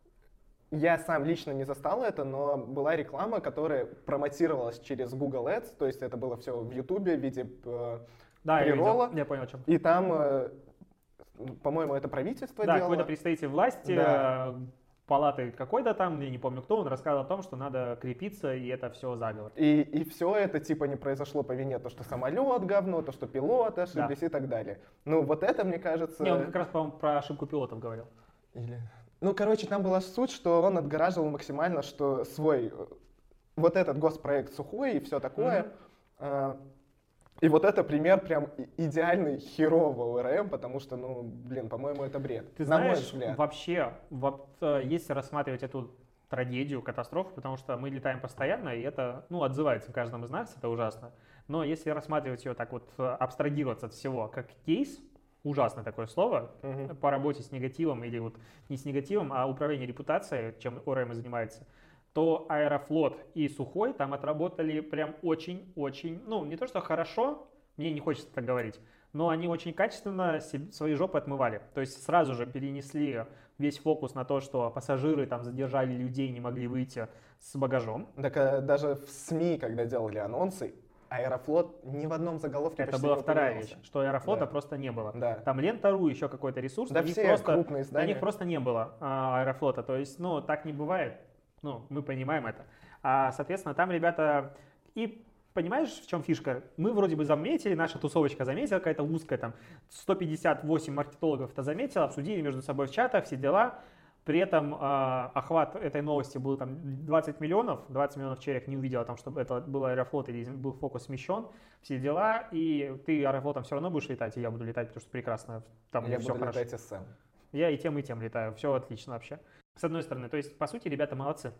я сам лично не застал это, но была реклама, которая промотировалась через Google Ads, то есть это было все в Ютубе в виде э, Да, я, приролла. видел. Я понял, о чем. И там, э, по-моему, это правительство Да, делало. какой-то представитель власти, Да. э, палаты какой-то там, я не помню кто, он рассказывал о том, что надо крепиться, и это все заговор. И, и все это типа не произошло по вине то, что самолет говно, то, что пилоты ошиблись Да. и так далее. Ну вот это, мне кажется... Не, он как раз, по-моему, про ошибку пилотов говорил. Или... Ну, короче, там была суть, что он отгораживал максимально, что свой э, вот этот госпроект сухой и все такое. Мгм. А, и вот это пример прям и- идеальный херового ОРМ, потому что, ну, блин, по-моему, это бред. Ты На мой знаешь, взгляд. вообще, вот, э, если рассматривать эту трагедию, катастрофу, потому что мы летаем постоянно, и это, ну, отзывается в каждом из нас, это ужасно. Но если рассматривать ее так вот, э, абстрагироваться от всего, как кейс, ужасное такое слово, Мгм. по работе с негативом или вот не с негативом, а управление репутацией, чем ОРМ и занимается, то Аэрофлот и Сухой там отработали прям очень-очень, ну, не то что хорошо, мне не хочется так говорить, но они очень качественно себе- свои жопы отмывали. То есть сразу же перенесли весь фокус на то, что пассажиры там задержали людей, не могли выйти с багажом. Так а, даже в СМИ, когда делали анонсы, Аэрофлот ни в одном заголовке Это почти была не вторая упоминался. вещь, что Аэрофлота Да. просто не было. Да. Там Лента.ру, еще какой-то ресурс, Да на, них все просто, крупные на издания. них просто не было а, Аэрофлота. То есть, ну, так не бывает. Ну, мы понимаем это. А, соответственно, там ребята... И понимаешь, в чем фишка? Мы вроде бы заметили, наша тусовочка заметила, какая-то узкая, там, сто пятьдесят восемь маркетологов это заметила, обсудили между собой в чатах, все дела. При этом э, охват этой новости был там двадцать миллионов, двадцать миллионов человек не увидело, там, чтобы это был Аэрофлот или был фокус смещен, все дела, и ты Аэрофлотом все равно будешь летать, и я буду летать, потому что прекрасно, там Я все буду хорошо. летать эс эм. Я и тем, и тем летаю, все отлично вообще. С одной стороны, то есть, по сути, ребята молодцы.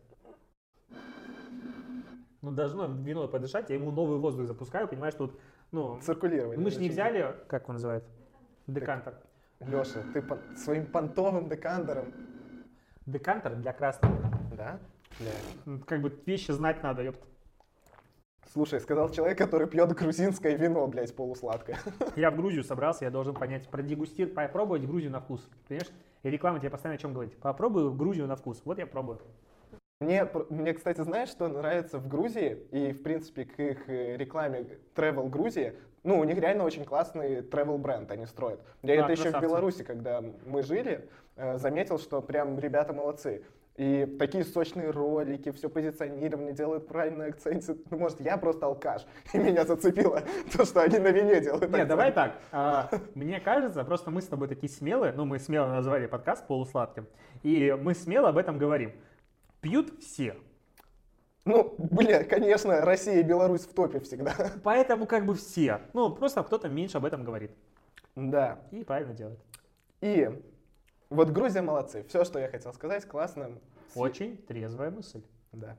Ну, должно вино подышать, я ему новый воздух запускаю, понимаешь, тут, ну, Циркулировать. мы же не взяли, как он называет, декантер. Леша, ты пон- своим понтовым декантером. Декантер для красного. Да? Бля. Ну, как бы вещи знать надо, ёпта. Слушай, сказал человек, который пьет грузинское вино, блядь, полусладкое. Я в Грузию собрался, я должен понять, продегустировать, попробовать Грузию на вкус. Понимаешь? И реклама тебе постоянно о чем говорит. Попробуй Грузию на вкус. Вот я пробую. Мне, пр- мне, кстати, знаешь, что нравится в Грузии и, в принципе, к их э, рекламе Travel Грузии? Ну, у них реально очень классный travel бренд они строят. Я Да, это еще в красавцы. Беларуси, когда мы жили, э, заметил, что прям ребята молодцы. И такие сочные ролики, все позиционирование, делают правильный акцент. Ну, может, я просто алкаш, и меня зацепило то, что они на вине делают. Нет, давай так. а, Мне кажется, просто мы с тобой такие смелые, ну, мы смело назвали подкаст полусладким, и мы смело об этом говорим. Пьют все. Ну, бля, конечно, Россия и Беларусь в топе всегда. Поэтому как бы все. Ну, просто кто-то меньше об этом говорит. Да. И правильно делает. И вот Грузия молодцы. Все, что я хотел сказать, классно. Очень трезвая мысль. Да.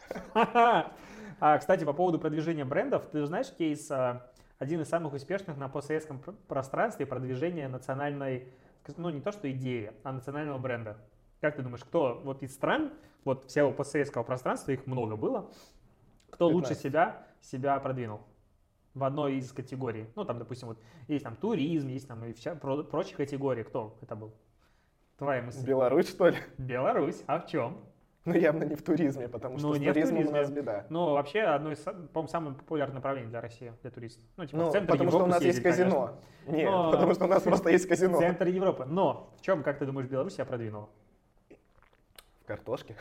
А, кстати, по поводу продвижения брендов, ты же знаешь кейс, а, один из самых успешных на постсоветском пр- пространстве продвижения национальной, ну не то что идеи, а национального бренда. Как ты думаешь, кто вот из стран, вот всего постсоветского пространства, их много было, кто лучше пятнадцать. себя, себя продвинул в одной из категорий? Ну там, допустим, вот есть там туризм, есть там и вся, про, прочие категории. Кто это был? Твоя мысль. Беларусь, что ли? Беларусь. А в чем? Ну, явно не в туризме, потому что Ну, с не в туризмом у туризме. нас беда. Ну, вообще, одно из, по-моему, самых популярных направлений для России, для туристов. Ну, типа, в Ну, центр потому что у Европы нас есть съездить, конечно. казино. Нет, Но- потому что у нас просто есть казино. Центр Европы. Но в чем, как ты думаешь, Беларусь себя продвинула? В картошке.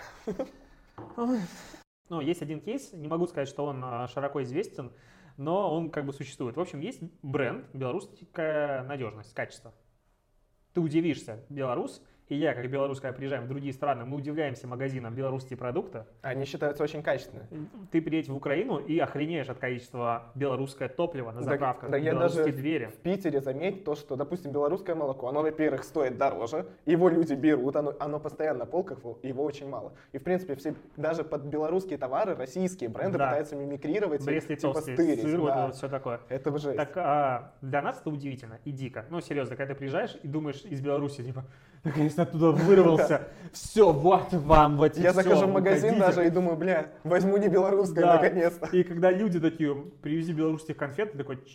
Ну, есть один кейс, не могу сказать, что он а, широко известен, но он как бы существует. В общем, есть бренд «Белорусская надежность», качество. Ты удивишься, белорус, и я, как белорус, когда приезжаем в другие страны, мы удивляемся магазинам белорусские продукты. Они считаются очень качественными. Ты приедешь в Украину и охренеешь от количества белорусское топливо на Да- заправках, да я белорусские даже двери. В Питере заметь то, что, допустим, белорусское молоко, оно, во-первых, стоит дороже, его люди берут, оно, оно постоянно на полках, его очень мало. И, в принципе, все, даже под белорусские товары российские бренды Да. пытаются мимикрировать, и, Брест-Литовский, типа стырить. сыр, вот да. это вот все такое. Это жесть. Так а, для нас это удивительно и дико. Ну, серьезно, когда ты приезжаешь и думаешь из Беларуси, типа, наконец-то оттуда вырвался, все, вот вам, вот и Я всё, захожу в магазин уходите. даже и думаю, бля, возьму не белорусское, Да. наконец-то. И когда люди такие, привези белорусских конфет, ты такой, «Ч-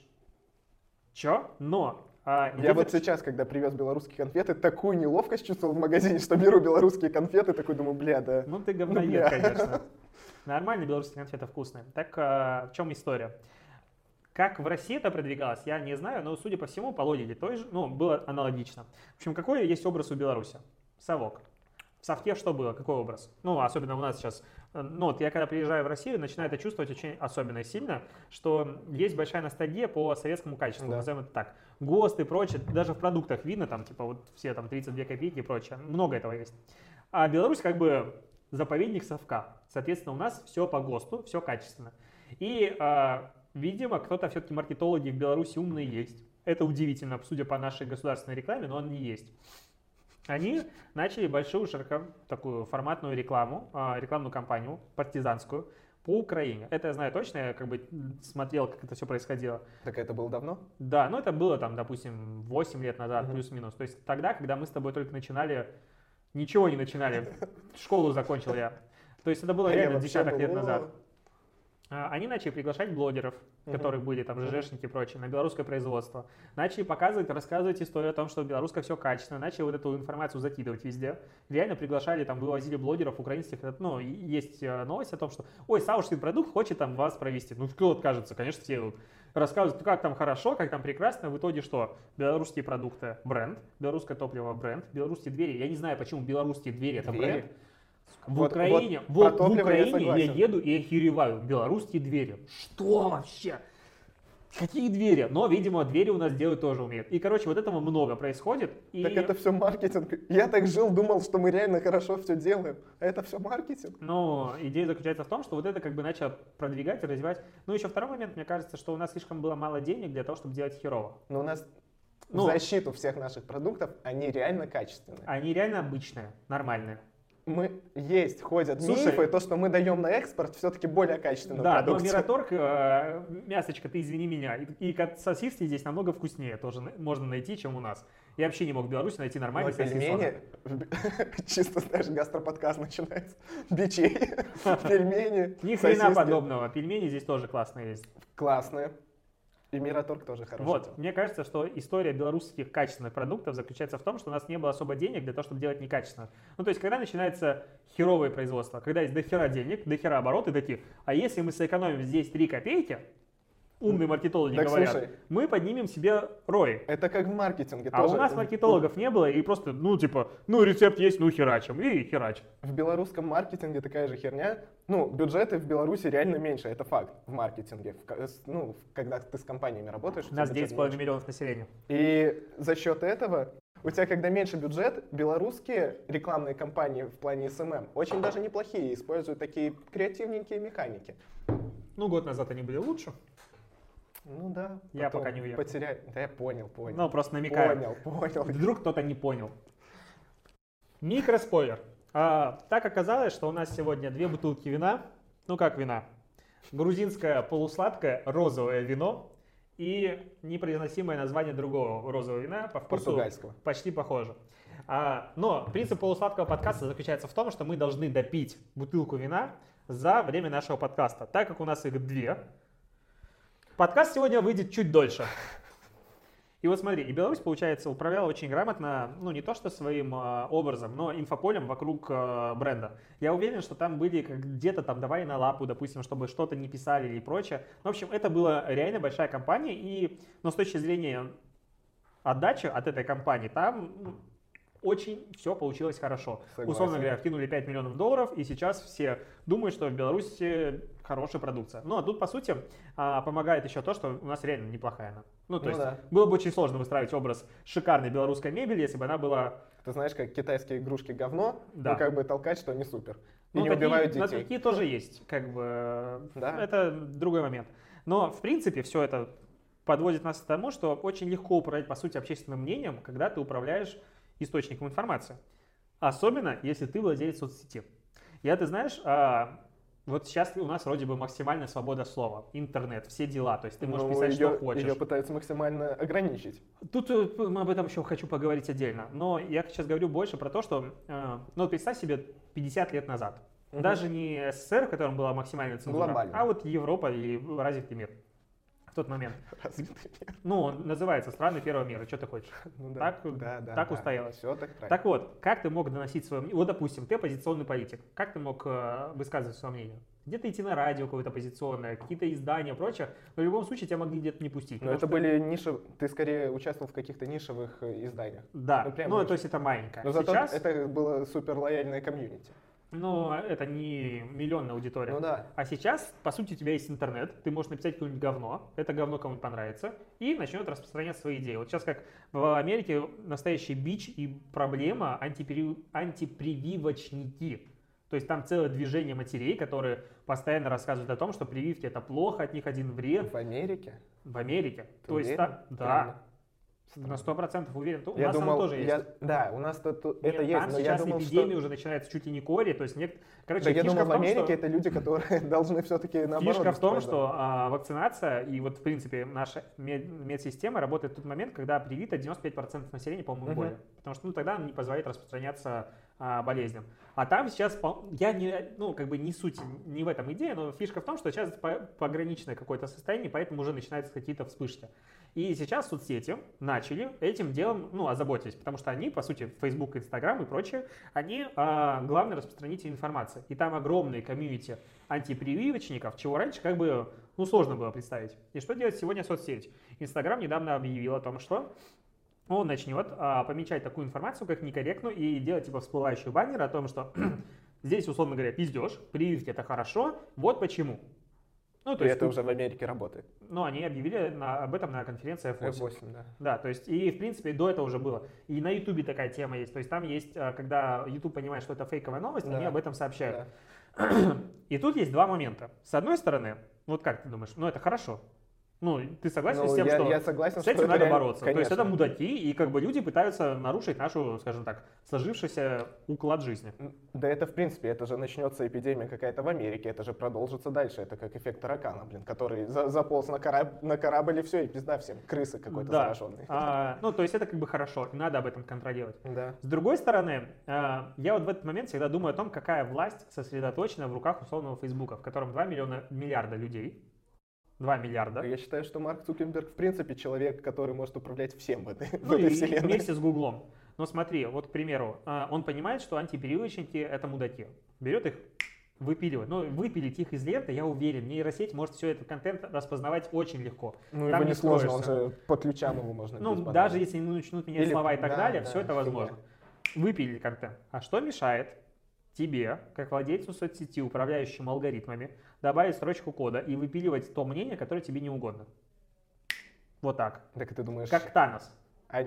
чё? Но... а, Я где-то- вот сейчас, когда привез белорусские конфеты, такую неловкость чувствовал в магазине, что беру белорусские конфеты, такой думаю, бля, да. Ну, ты Ну, говноед, бля. конечно. Нормальные белорусские конфеты вкусные. Так а, в чем история? Как в России это продвигалось, я не знаю, но, судя по всему, по логике той же, ну, было аналогично. В общем, какой есть образ у Беларуси? Совок. В совке что было? Какой образ? Ну, особенно у нас сейчас. э, Ну, вот я когда приезжаю в Россию, начинаю это чувствовать очень особенно сильно, что есть большая ностальгия по советскому качеству, Да. назовем это так. ГОСТ и прочее, даже в продуктах видно, там, типа, вот все там тридцать две копейки и прочее. Много этого есть. А Беларусь как бы заповедник совка. Соответственно, у нас все по ГОСТу, все качественно. И, а, видимо, кто-то все-таки маркетологи в Беларуси умные есть. Это удивительно, судя по нашей государственной рекламе, но они есть. Они начали большую, широко такую форматную рекламу, а, рекламную кампанию, партизанскую, по Украине. Это я знаю точно, я как бы смотрел, как это все происходило. Так это было давно? Да, ну это было там, допустим, восемь лет назад, Мгм. плюс-минус. То есть тогда, когда мы с тобой только начинали, ничего не начинали, школу закончил я. То есть это было А я реально вообще десяток был, лет о, назад. А, Они начали приглашать блогеров, Мгм. которые были там Мгм. ЖЖшники и прочее, на белорусское производство. Начали показывать, рассказывать историю о том, что белорусское все качественно. Начали вот эту информацию закидывать везде. Реально приглашали, там, вывозили блогеров украинских. Это, Ну, и есть э, новость о том, что, ой, Саушкин продукт хочет там вас провести. Ну, кто откажется? Конечно, все вот рассказывают, как там хорошо, как там прекрасно. В итоге что? Белорусские продукты – бренд, белорусское топливо – бренд, белорусские двери. Я не знаю, почему белорусские двери – это Двери? бренд. В Вот- Украине, вот вот про в топливо я Украине я, согласен. еду и охереваю. Белорусские двери. Что вообще? Какие двери? Но, видимо, двери у нас делать тоже умеют. И, короче, вот этого много происходит. И... Так это все маркетинг. Я так жил, думал, что мы реально хорошо все делаем. А это все маркетинг. Но идея заключается в том, что вот это как бы начало продвигать и развивать. Ну, еще второй момент, мне кажется, что у нас слишком было мало денег для того, чтобы делать херово. Но у нас Ну. в защиту всех наших продуктов они реально качественные. Они реально обычные, нормальные. Мы есть, ходят Слушай. мифы, то, что мы даем на экспорт, все-таки более качественную Да, но продукцию. Мираторг, э, мясочка, ты извини меня, и, и кот- сосиски здесь намного вкуснее тоже на- можно найти, чем у нас. Я вообще не мог в Беларуси найти Но нормальные сосиски. пельмени, чисто, знаешь, гастроподкаст начинается. Бичей, пельмени, Ни хрена сосиски. подобного. Пельмени здесь тоже классные есть. Классные. И Мираторг тоже хороший. Вот, мне кажется, что история белорусских качественных продуктов заключается в том, что у нас не было особо денег для того, чтобы делать некачественно. Ну, то есть, когда начинается херовое производство, когда есть дохера денег, дохера обороты, такие, а если мы сэкономим здесь три копейки, умные маркетологи Так, говорят, слушай. мы поднимем себе рой. Это как в маркетинге А тоже. у нас маркетологов не было, и просто, ну, типа, ну, рецепт есть, ну, херачим, и херачим. В белорусском маркетинге такая же херня. Ну, бюджеты в Беларуси реально меньше, это факт в маркетинге. В ко- с- ну, в- когда ты с компаниями работаешь, У нас тебя девять с бюджет половиной меньше. миллионов населения. И за счет этого у тебя, когда меньше бюджет, белорусские рекламные кампании в плане эс эм эм очень даже неплохие, используют такие креативненькие механики. Ну, год назад они были лучше. Ну да. Я потом пока не уехал. потеряли. Да я понял, понял. Ну, просто намекаю. Понял, понял. Вдруг кто-то не понял. Микроспойлер. А, так оказалось, что у нас сегодня две бутылки вина. Ну как вина? Грузинское полусладкое розовое вино и непроизносимое название другого розового вина по вкусу Португальского. почти похоже. А, но принцип полусладкого подкаста заключается в том, что мы должны допить бутылку вина за время нашего подкаста. Так как у нас их две, подкаст сегодня выйдет чуть дольше. И вот смотри, и Беларусь, получается, управляла очень грамотно, ну не то что своим э, образом, но инфополем вокруг э, бренда. Я уверен, что там были как где-то там давай на лапу, допустим, чтобы что-то не писали и прочее. В общем, это была реально большая компания, и, но с точки зрения отдачи от этой компании, там ну, очень все получилось хорошо. Согласен. Условно говоря, вкинули пять миллионов долларов, и сейчас все думают, что в Беларуси хорошая продукция. Ну, а тут, по сути, а, помогает еще то, что у нас реально неплохая она. Ну, то Ну есть, да. было бы очень сложно выстраивать образ шикарной белорусской мебели, если бы она была... Ты знаешь, как китайские игрушки говно, Да. ну как бы толкать, что они супер. И Ну, не такие, убивают но детей. такие тоже есть, как бы, Да. это другой момент. Но, в принципе, все это подводит нас к тому, что очень легко управлять, по сути, общественным мнением, когда ты управляешь источником информации. Особенно, если ты владелец соцсети. Я, ты знаешь, а, вот сейчас у нас вроде бы максимальная свобода слова, интернет, все дела, то есть ты можешь Ну, писать, ее, что хочешь. ее пытаются максимально ограничить. Тут э, мы об этом еще хочу поговорить отдельно, но я сейчас говорю больше про то, что, э, ну вот представь себе пятьдесят лет назад, Мгм. даже не СССР, в котором была максимальная цензура, Глобально. а вот Европа и развитый мир в тот момент. Развитый мир. Ну, он называется «Страны первого мира», что ты хочешь? Ну да, Так- да, да, так да. устоялось. Все так правильно. Так вот, как ты мог доносить свое мнение? Вот, допустим, ты оппозиционный политик. Как ты мог э, высказывать свое мнение? Где-то идти на радио какое-то оппозиционное, какие-то издания, прочее. Но в любом случае тебя могли где-то не пустить. Но потому это что- были ниши, ты скорее участвовал в каких-то нишевых э, изданиях. Да, ну, прям ну, очень. то есть это маленькое. Но зато Сейчас, это было супер лояльное комьюнити. ну, это не миллионная аудитория. Ну да. А сейчас, по сути, у тебя есть интернет, ты можешь написать какое-нибудь говно, это говно кому-нибудь понравится, и начнет распространять свои идеи. Вот сейчас как в Америке настоящий бич и проблема антипри- антипрививочники. То есть там целое движение матерей, которые постоянно рассказывают о том, что прививки это плохо, от них один вред В Америке? в Америке. Ты То есть, уверен? та- да, Реально? на сто процентов уверен. У Я нас думал, оно тоже есть. я- да, у нас тут тут это Нет, есть, там но я сейчас думал, эпидемия что... уже начинается чуть ли не кори, то есть нет... Короче, Да, я фишка думал, в том, Америке что- это люди, которые должны все-таки наоборот... Фишка в том, использовать. что а, вакцинация и вот в принципе наша мед- медсистема работает в тот момент, когда привито девяносто пять процентов населения, по-моему, Мгм. более. Потому что ну, тогда она не позволяет распространяться а, болезням. А там сейчас, я не, ну, как бы не суть, не в этом идея, но фишка в том, что сейчас пограничное какое-то состояние, поэтому уже начинаются какие-то вспышки. И сейчас соцсети начали этим делом, ну, озаботились, потому что они, по сути, Facebook, Instagram и прочее, они а, главный распространитель информации. И там огромные комьюнити антипрививочников, чего раньше как бы, ну, сложно было представить. И что делает сегодня соцсеть? Instagram недавно объявил о том, что он начнет а, помечать такую информацию, как некорректную, и делать типа всплывающие баннеры о том, что здесь, условно говоря, пиздеж, прививки это хорошо, вот почему. Ну, то и есть это тут, уже в Америке работает. Ну, они объявили на, об этом на конференции эф восемь. эф восемь, да. Да, то есть, и в принципе до этого уже было. И на Ютубе такая тема есть. То есть там есть, когда YouTube понимает, что это фейковая новость, да. Они об этом сообщают. Да. И тут есть два момента. С одной стороны, вот как ты думаешь, ну это хорошо. Ну, ты согласен ну, с тем, я, что я согласен, с этим что надо реально... бороться? Конечно. То есть это мудаки, и как бы люди пытаются нарушить нашу, скажем так, сложившийся уклад жизни. Да это в принципе, это же начнется эпидемия какая-то в Америке, это же продолжится дальше, это как эффект таракана, блин, который за, заполз на, кораб... на корабль и все, и пизда всем, крысы какой-то да. зараженный. А, ну, то есть это как бы хорошо, и надо об этом контролировать. Да. С другой стороны, а, я вот в этот момент всегда думаю о том, какая власть сосредоточена в руках условного Фейсбука, в котором два миллиона, миллиарда людей. два миллиарда. Я считаю, что Марк Цукерберг в принципе человек, который может управлять всем в этой, ну, в этой и, вселенной. Вместе с Гуглом. Но смотри, вот, к примеру, он понимает, что антипереводчики — это мудаки. Берет их, выпиливает. Ну, выпилить их из ленты, я уверен, нейросеть может все этот контент распознавать очень легко. Ну, его не сложно, он же по ключам его можно. Ну, даже если не начнут менять Или, слова и так да, далее, да, все это возможно. Да. Выпилили контент. А что мешает тебе, как владельцу соцсети, управляющему алгоритмами, добавить строчку кода и выпиливать то мнение, которое тебе не угодно? Вот так. Так ты думаешь... Как Танос. А,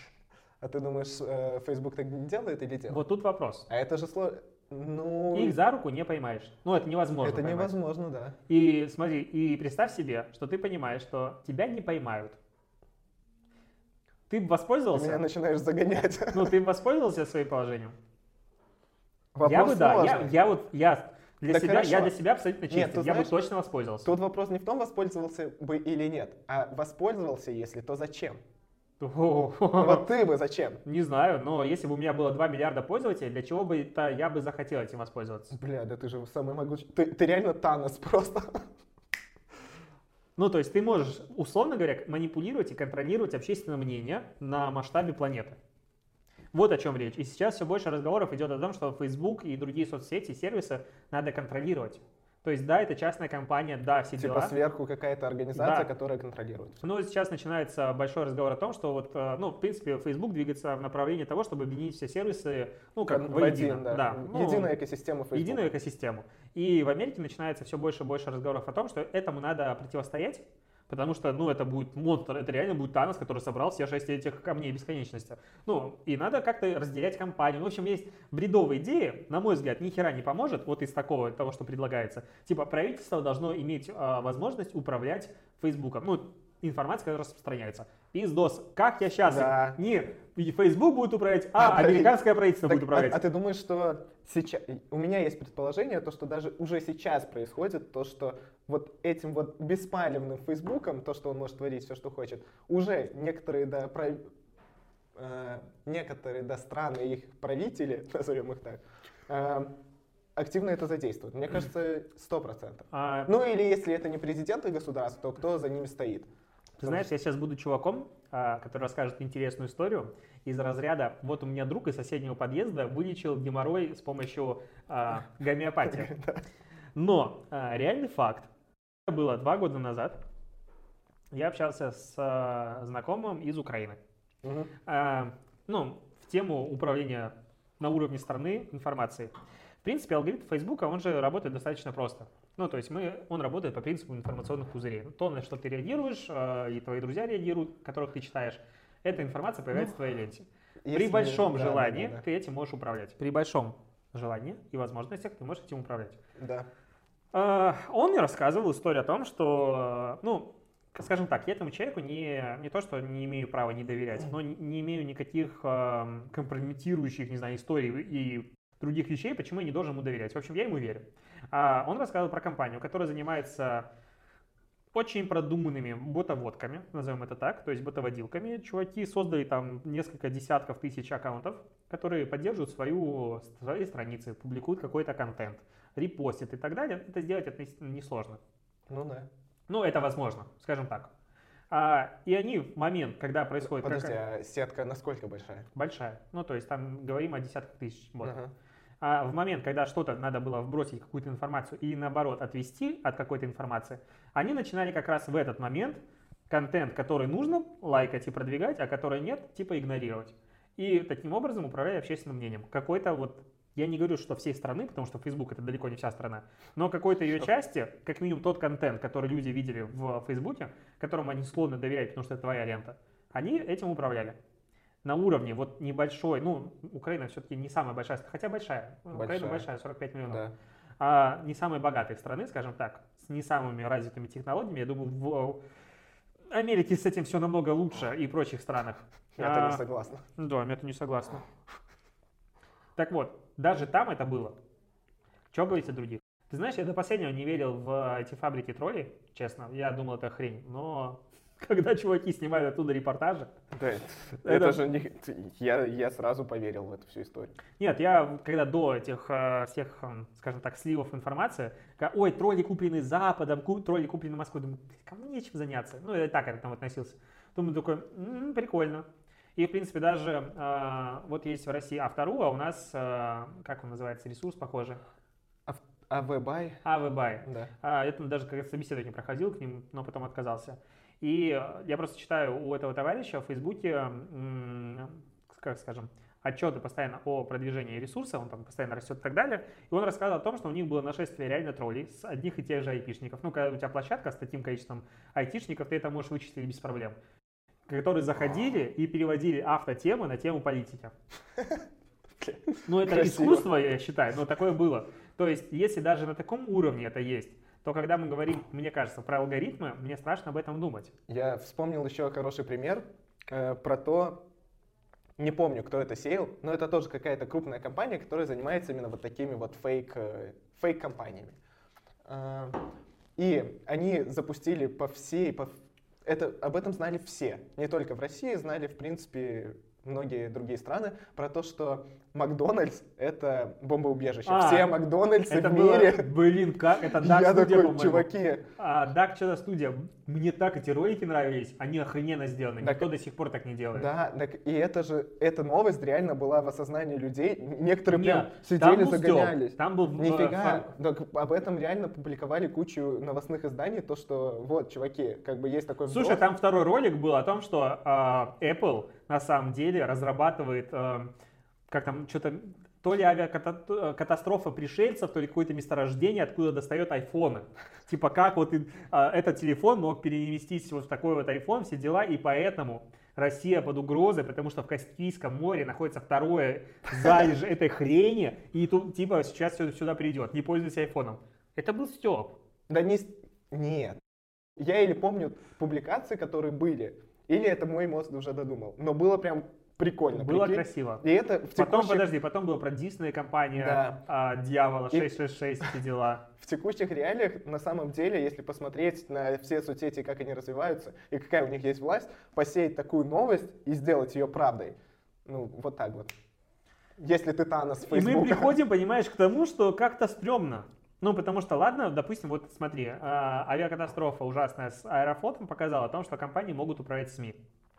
а ты думаешь, э, Facebook так не делает или делает? Вот тут вопрос. А это же сложно. Ну... Их за руку не поймаешь. Ну, это невозможно Это поймать. невозможно, да. И смотри, и представь себе, что ты понимаешь, что тебя не поймают. Ты бы воспользовался... Ты меня начинаешь загонять. Ну, ты бы воспользовался своим положением? Вопрос я бы, да. Я, я вот, я для, себя, я для себя абсолютно чистый. Нет, я знаешь, бы точно воспользовался. Тут вопрос не в том, воспользовался бы или нет, а воспользовался, если, то зачем? Вот ты бы зачем? Не знаю, но если бы у меня было два миллиарда пользователей, для чего бы это я бы захотел этим воспользоваться? Бля, да ты же самый могучий. Ты, ты реально Танос просто. Ну, то есть ты можешь, условно говоря, манипулировать и контролировать общественное мнение на масштабе планеты. Вот о чем речь. И сейчас все больше разговоров идет о том, что Facebook и другие соцсети, сервисы надо контролировать. То есть, да, это частная компания, да, все типа дела. Типа сверху какая-то организация, да. которая контролирует. Но сейчас начинается большой разговор о том, что вот, ну, в принципе, Facebook двигается в направлении того, чтобы объединить все сервисы, ну, как в воедино. один, да. Да. Ну, единую экосистему Facebook. Единую экосистему. И в Америке начинается все больше и больше разговоров о том, что этому надо противостоять, потому что, ну, это будет монстр, это реально будет Танос, который собрал все шесть этих камней бесконечности. Ну, и надо как-то разделять компанию. В общем, есть бредовые идеи, на мой взгляд, ни хера не поможет, вот из такого, того, что предлагается. Типа, правительство должно иметь а, возможность управлять Фейсбуком. Ну, информация, которая распространяется. Пиздос, как я счастлив. Да. Не Facebook будет управлять, а, а американское правительство так, будет управлять. А, а ты думаешь, что сейчас... У меня есть предположение, то, что даже уже сейчас происходит, то, что вот этим вот беспалевным Фейсбуком, то, что он может творить все, что хочет, уже некоторые, да, прав... э, некоторые, да, страны, их правители, назовем их так, э, активно это задействуют. Мне кажется, сто процентов. А... Ну или если это не президенты государств, то кто за ними стоит? Ты знаешь, я сейчас буду чуваком, который расскажет интересную историю из разряда: вот у меня друг из соседнего подъезда вылечил геморрой с помощью а, гомеопатии. Но а, реальный факт. Это было два года назад. Я общался с а, знакомым из Украины. Угу. А, ну, в тему управления на уровне страны информацией. В принципе, алгоритм Фейсбука, он же работает достаточно просто. Ну, то есть мы, он работает по принципу информационных пузырей. То, на что ты реагируешь, э, и твои друзья реагируют, которых ты читаешь, эта информация появляется ну, в твоей ленте. При большом да, желании да, да, да. ты этим можешь управлять. При большом желании и возможностях ты можешь этим управлять. Да. Э, он мне рассказывал историю о том, что, ну, скажем так, я этому человеку не, не то, что не имею права не доверять, но не, не имею никаких э, компрометирующих, не знаю, историй и других вещей, почему я не должен ему доверять. В общем, я ему верю. А он рассказывал про компанию, которая занимается очень продуманными ботоводками, назовем это так, то есть ботоводилками. Чуваки создали там несколько десятков тысяч аккаунтов, которые поддерживают свою, свои страницы, публикуют какой-то контент, репостят и так далее. Это сделать относительно несложно. Ну да. Ну, это возможно, скажем так. А, и они в момент, когда происходит... Подожди, какая- а сетка насколько большая? Большая. Ну, то есть там говорим о десятках тысяч ботов. Ага. А в момент, когда что-то надо было вбросить, какую-то информацию, и наоборот отвести от какой-то информации, они начинали как раз в этот момент контент, который нужно лайкать и продвигать, а который нет, типа игнорировать. И таким образом управляли общественным мнением. Какой-то вот, я не говорю, что всей страны, потому что Facebook это далеко не вся страна, но какой-то ее части, как минимум тот контент, который люди видели в Фейсбуке, которому они склонны доверять, потому что это твоя лента, они этим управляли. На уровне вот небольшой, ну, Украина все-таки не самая большая, хотя большая, Большая. Украина большая, сорок пять миллионов, Да. а не самой богатой страны, скажем так, с не самыми развитыми технологиями, я думаю, в Америке с этим все намного лучше и прочих странах. Я-то А, не согласна. Да, я-то не согласна. Так вот, даже там это было. Чего говорить о других? Ты знаешь, я до последнего не верил в эти фабрики троллей, честно, я думал, это хрень, но когда чуваки снимают оттуда репортажи. Да, это, Это- это же не... Я, я сразу поверил в эту всю историю. Нет, я когда до этих э, всех, э, скажем так, сливов информации, когда, ой, тролли куплены Западом, ку- тролли куплены Москвой, думаю, «Блин, кому нечем заняться. Ну, я и так к этому относился. Думаю, такой, «М, прикольно. И, в принципе, даже э, вот есть в России Автору, а у нас, э, как он называется, ресурс похожий, АВБай? АВБай. Да. А, это даже как собеседование проходил к ним, но потом отказался. И э, я просто читаю у этого товарища в Фейсбуке, м, как скажем, отчеты постоянно о продвижении ресурса, он там постоянно растет и так далее. И он рассказывал о том, что у них было нашествие реально троллей с одних и тех же айтишников. Ну, когда у тебя площадка с таким количеством айтишников, ты это можешь вычислить без проблем. Которые заходили и переводили автотемы на тему политики. Ну, это Красиво. искусство, я считаю, но такое было. То есть, если даже на таком уровне это есть, то когда мы говорим, мне кажется, про алгоритмы, мне страшно об этом думать. Я вспомнил еще хороший пример э, про то, не помню, кто это сеял, но это тоже какая-то крупная компания, которая занимается именно вот такими вот фейк, э, фейк-компаниями. Э, и они запустили по всей, по, это, об этом знали все, не только в России, знали, в принципе, многие другие страны, про то, что Макдональдс — это бомбоубежище. А, все Макдональдсы Это в было, мире. блин, как, это Dark Я Studio, такой, по-моему. чуваки, А, Dark Shadow Studio, мне так эти ролики нравились, они охрененно сделаны, Так- никто до сих пор так не делает. да, так и это же, эта новость реально была в осознании людей. Некоторые Не, прям там сидели, был стёб, загонялись. там был... э, Нифига, фа- так об этом реально публиковали кучу новостных изданий, то что вот, чуваки, как бы есть такой Слушай, вброс. там второй ролик был о том, что а, Apple на самом деле разрабатывает, а, как там, что-то, то ли авиакатастрофа пришельцев, то ли какое-то месторождение, откуда достает айфоны. Типа как вот и, а, этот телефон мог переместить вот в такой вот айфон, все дела, и поэтому Россия под угрозой, потому что в Каспийском море находится второе залежь этой хрени, и тут типа сейчас все сюда придет, не пользуйся айфоном. Это был стёб. Да не... с- Нет. Я или помню публикации, которые были, или это мой мозг уже додумал. Но было прям прикольно. Было прикинь. красиво. И это в Потом, текущих, подожди, потом было про Дисней компания, Да. а, Дьявола, И- шестьсот шестьдесят шесть, все дела. в текущих реалиях, на самом деле, если посмотреть на все соцсети, как они развиваются и какая у них есть власть, посеять такую новость и сделать ее правдой. Ну, вот так вот. Если ты Танос с И мы Фейсбука. приходим, понимаешь, к тому, что как-то стрёмно. Ну, потому что, ладно, допустим, вот смотри, а, авиакатастрофа ужасная с Аэрофлотом показала о том, что компании могут управлять СМИ.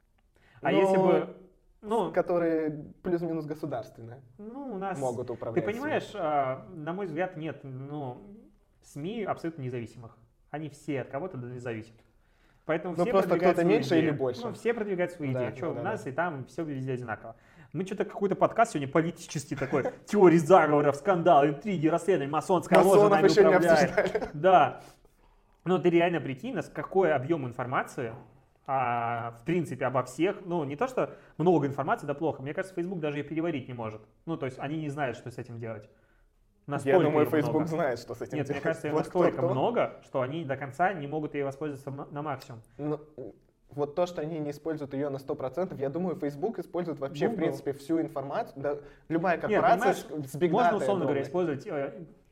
А Но- если бы, ну, Которые плюс-минус государственные ну, у нас... могут Ты управлять. понимаешь, а, на мой взгляд, нет, ну, СМИ абсолютно независимых. Они все от кого-то зависят. Поэтому Ну, все просто продвигают кто-то свою меньше идею. или больше. Ну, все продвигают свои Да, идеи. Что да, у да, нас да. и там все везде одинаково. Мы что-то какой-то подкаст сегодня политический такой, теории заговоров, скандал, интриги, расследования, масонская ложа Масонов нами еще не управляет. обсуждали. Да. Но ты реально прикинь, нас какой объем информации, а, в принципе, обо всех. Ну, не то, что много информации, да плохо. Мне кажется, Facebook даже ее переварить не может. Ну, то есть они не знают, что с этим делать. Настолько Я думаю, её Facebook много. знает, что с этим Нет, делать. мне кажется, ее Вот настолько кто-кто. много, что они до конца не могут ей воспользоваться на на максимум. Ну, вот то, что они не используют ее на сто процентов, я думаю, Facebook использует вообще, в Google. принципе, всю информацию. Да, любая Нет, корпорация понимаешь, с, с big можно, data условно говоря, огромной. использовать э,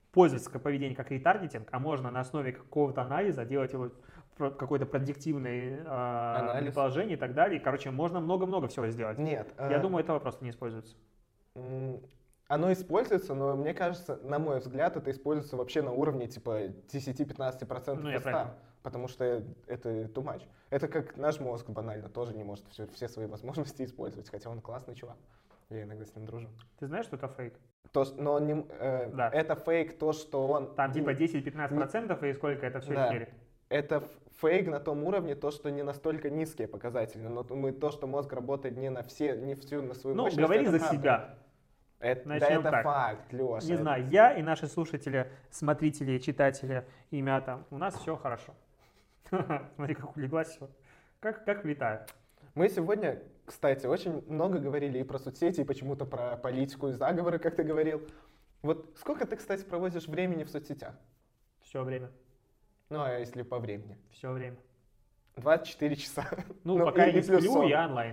пользовательское поведение как ретаргетинг, а можно на основе какого-то анализа делать его про- какой-то предиктивный э, предположение и так далее. Короче, можно много-много всего сделать. Нет. Я э, думаю, этого просто не используется. м, Оно используется, но мне кажется, на мой взгляд, это используется вообще на уровне типа десять-пятнадцать процентов Ну, я из ста, потому что это too much. Это как наш мозг банально тоже не может все, все свои возможности использовать, хотя он классный чувак. Я иногда с ним дружу. Ты знаешь, что это фейк? То, что- но он не, э, Да. это фейк, то, что он... Там типа не- десять-пятнадцать процентов и сколько это все Да. мерит. Это ф- фейк на том уровне, то, что не настолько низкие показатели, но мы, то, что мозг работает не на все, не всю на свою Ну, мощность. говори это за правда. себя. Это, да, Начнем это так. факт, Леша. Не знаю, я и наши слушатели, смотрители, читатели, имя у нас все хорошо. Смотри, как улеглась все. Как, как влетает. Мы сегодня, кстати, очень много говорили и про соцсети, и почему-то про политику и заговоры, как ты говорил. Вот сколько ты, кстати, проводишь времени в соцсетях? Все время. Ну, а если по времени? Все время. двадцать четыре часа. Ну, Ну, пока я или не плюс сплю, сон. я онлайн.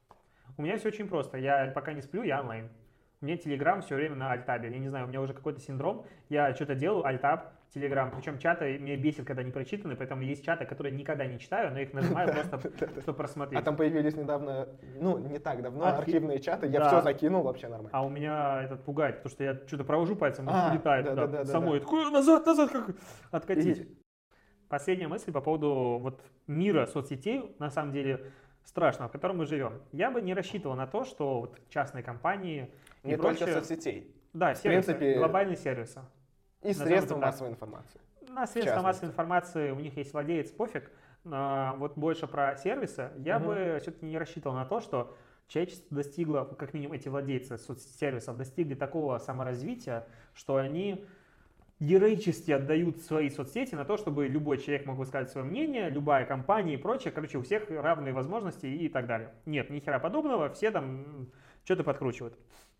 У меня все очень просто. Я пока не сплю, я онлайн. У меня Телеграм все время на альтабе. Я не знаю, у меня уже какой-то синдром. Я что-то делаю, альтаб, Телеграм. Причем чаты меня бесит, когда не прочитаны, поэтому есть чаты, которые никогда не читаю, но их нажимаю просто, чтобы просмотреть. А там появились недавно, ну, не так давно, Архи- архивные чаты. Я Да. все закинул, вообще нормально. А у меня этот пугает, потому что я что-то провожу пальцем, и А, улетает да, туда, да, да, да, самой. да. Такой, назад, назад, как откатить. И- Последняя мысль по поводу вот мира соцсетей, на самом деле, страшного, в котором мы живем. Я бы не рассчитывал на то, что вот частные компании и Не прочее, только соцсетей. да, сервисы, принципе, глобальные сервисы. И Назовем средства это так. массовой информации. На средства частности. массовой информации у них есть владелец, пофиг. А вот больше про сервисы. Я Мгм. бы все-таки не рассчитывал на то, что человечество достигло, как минимум эти владельцы соцсервисов, достигли такого саморазвития, что они героически отдают свои соцсети на то, чтобы любой человек мог высказать свое мнение, любая компания и прочее. Короче, у всех равные возможности и так далее. Нет, ни хера подобного, все там что-то подкручивают.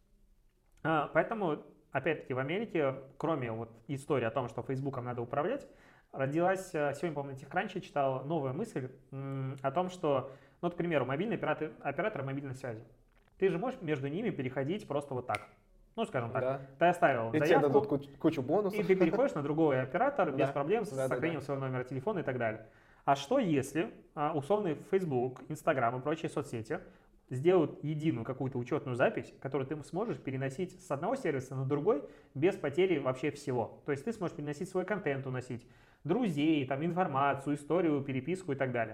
А, поэтому, опять-таки, в Америке, кроме вот истории о том, что Фейсбуком надо управлять, родилась, э, сегодня, по-моему, на TechCrunch читал новая мысль м, о том, что, ну, вот, к примеру, мобильные операторы, операторы мобильной связи. Ты же можешь между ними переходить просто вот так. Ну, скажем так. Да. Ты оставил И тебе заявку, дадут куч- кучу бонусов. и ты переходишь на другой оператор без Да. проблем, Да, да, сохранил да. свой номер телефона и так далее. А что если а, условный Facebook, Instagram и прочие соцсети сделают единую какую-то учетную запись, которую ты сможешь переносить с одного сервиса на другой без потери вообще всего. То есть ты сможешь переносить свой контент, уносить друзей, там, информацию, историю, переписку и так далее.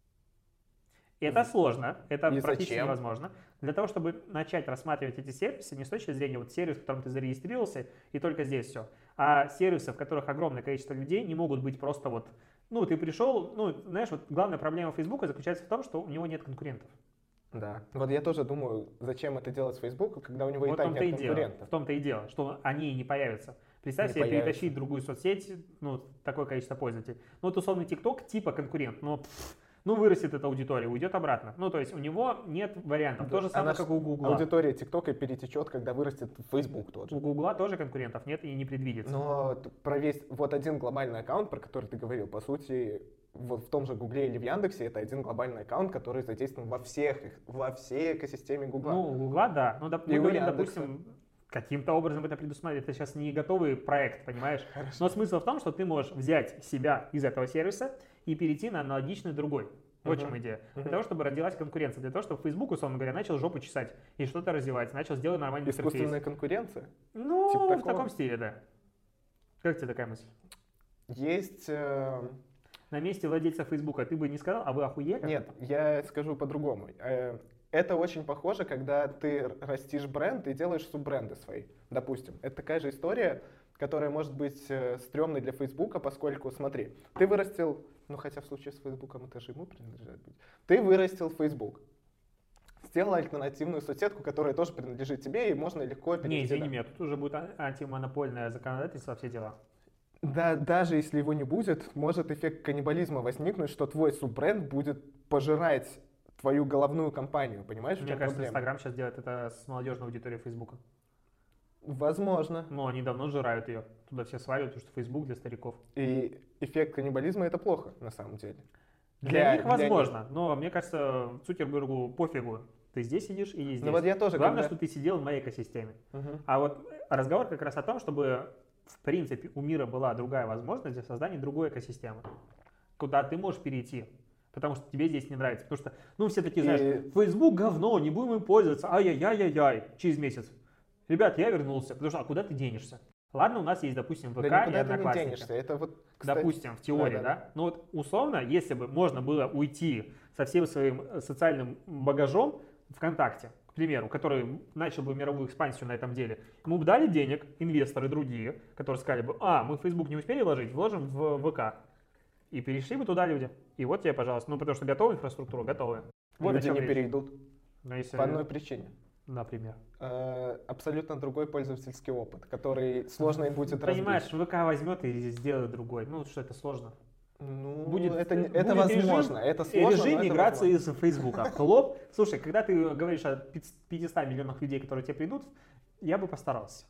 Это сложно, это И практически зачем? невозможно. Для того, чтобы начать рассматривать эти сервисы, не с точки зрения вот сервис, в котором ты зарегистрировался, и только здесь все, а сервисы, в которых огромное количество людей, не могут быть просто вот, ну, ты пришел, ну, знаешь, вот главная проблема Фейсбука заключается в том, что у него нет конкурентов. Да. Вот я тоже думаю, зачем это делать с Фейсбуку, когда у него и Вот в так том-то нет и дело. конкурентов. В том-то и дело, что они и не появятся. Представь Не себе появятся. перетащить другую соцсеть, ну, такое количество пользователей. Ну, вот условный TikTok типа конкурент, но пф, ну, вырастет эта аудитория, уйдет обратно. Ну, то есть у него нет вариантов. То же самое, Она как ж- у Гугла. Аудитория ТикТока перетечет, когда вырастет Facebook тот У же. Гугла тоже конкурентов нет и не предвидится. Но т- про весь вот один глобальный аккаунт, про который ты говорил, по сути, вот в том же Гугле или в Яндексе, это один глобальный аккаунт, который задействован во всех их, во всей экосистеме Гугла. Ну, у Гугла, да. Ну, доп- И мы у говорим, Яндекса. допустим, каким-то образом это предусматривать. Это сейчас не готовый проект, понимаешь? Хорошо. Но смысл в том, что ты можешь взять себя из этого сервиса и перейти на аналогичный другой. Вот в чем Мгм. идея. Для Мгм. того, чтобы родилась конкуренция, для того, чтобы Facebook, условно говоря, начал жопу чесать и что-то развивать, начал сделать нормальный Искусственная интерфейс. конкуренция. Ну, типа в такого. таком стиле, да. Как тебе такая мысль? Есть... э, На месте владельца Фейсбука ты бы не сказал, а вы охуели? Нет, я скажу по-другому. Э, Это очень похоже, когда ты растишь бренд и делаешь суббренды свои, допустим. Это такая же история, которая может быть э, стрёмной для Фейсбука, поскольку, смотри, ты вырастил, ну хотя в случае с Фейсбуком это же ему принадлежит быть, ты вырастил Facebook, сделал альтернативную соцсетку, которая тоже принадлежит тебе, и можно легко Не, перейти. извини да. меня, тут уже будет а- антимонопольное законодательство, все дела. Да, даже если его не будет, может эффект каннибализма возникнуть, что твой суббренд будет пожирать твою головную компанию, понимаешь? в Мне чем кажется, проблема? Инстаграм сейчас делает это с молодежной аудиторией Фейсбука. Возможно. Но они давно жирают ее. Туда все сваливают, потому что Фейсбук для стариков. И эффект каннибализма это плохо, на самом деле. Для, них возможно, но мне кажется, Цукербергу пофигу. Ты здесь сидишь и здесь. Ну вот я тоже Главное, когда- что ты сидел в моей экосистеме. Мгм. А вот разговор как раз о том, чтобы в принципе, у мира была другая возможность для создания другой экосистемы, куда ты можешь перейти, потому что тебе здесь не нравится. Потому что, ну, все такие, знаешь, И- Facebook говно, не будем им пользоваться, ай-яй-яй-яй-яй, через месяц. Ребят, я вернулся, потому что, а куда ты денешься? Ладно, у нас есть, допустим, ВК Да и никуда ты не Одноклассники. денешься. Это вот, кстати, Допустим, в теории, да, да, да. Ну вот условно, если бы можно было уйти со всем своим э, социальным багажом ВКонтакте, к примеру, который начал бы мировую экспансию на этом деле, ему бы дали денег инвесторы другие, которые сказали бы, а, мы в Facebook не успели вложить, вложим в ВК. И перешли бы туда люди. И вот тебе, пожалуйста, ну потому что готовая инфраструктура, готовая. Вот о Люди чем не речь. перейдут Но если, по одной причине. например. Э, Абсолютно другой пользовательский опыт, который сложно им будет разбить. Понимаешь, ВК возьмет и сделает другой. Ну что это сложно. Ну, Будет, это, не- будет это возможно, режим, это сложно, режим но это миграции возможно. из Фейсбука. Хлоп. Слушай, когда ты говоришь о пятистах миллионах людей, которые тебе придут, я бы постарался.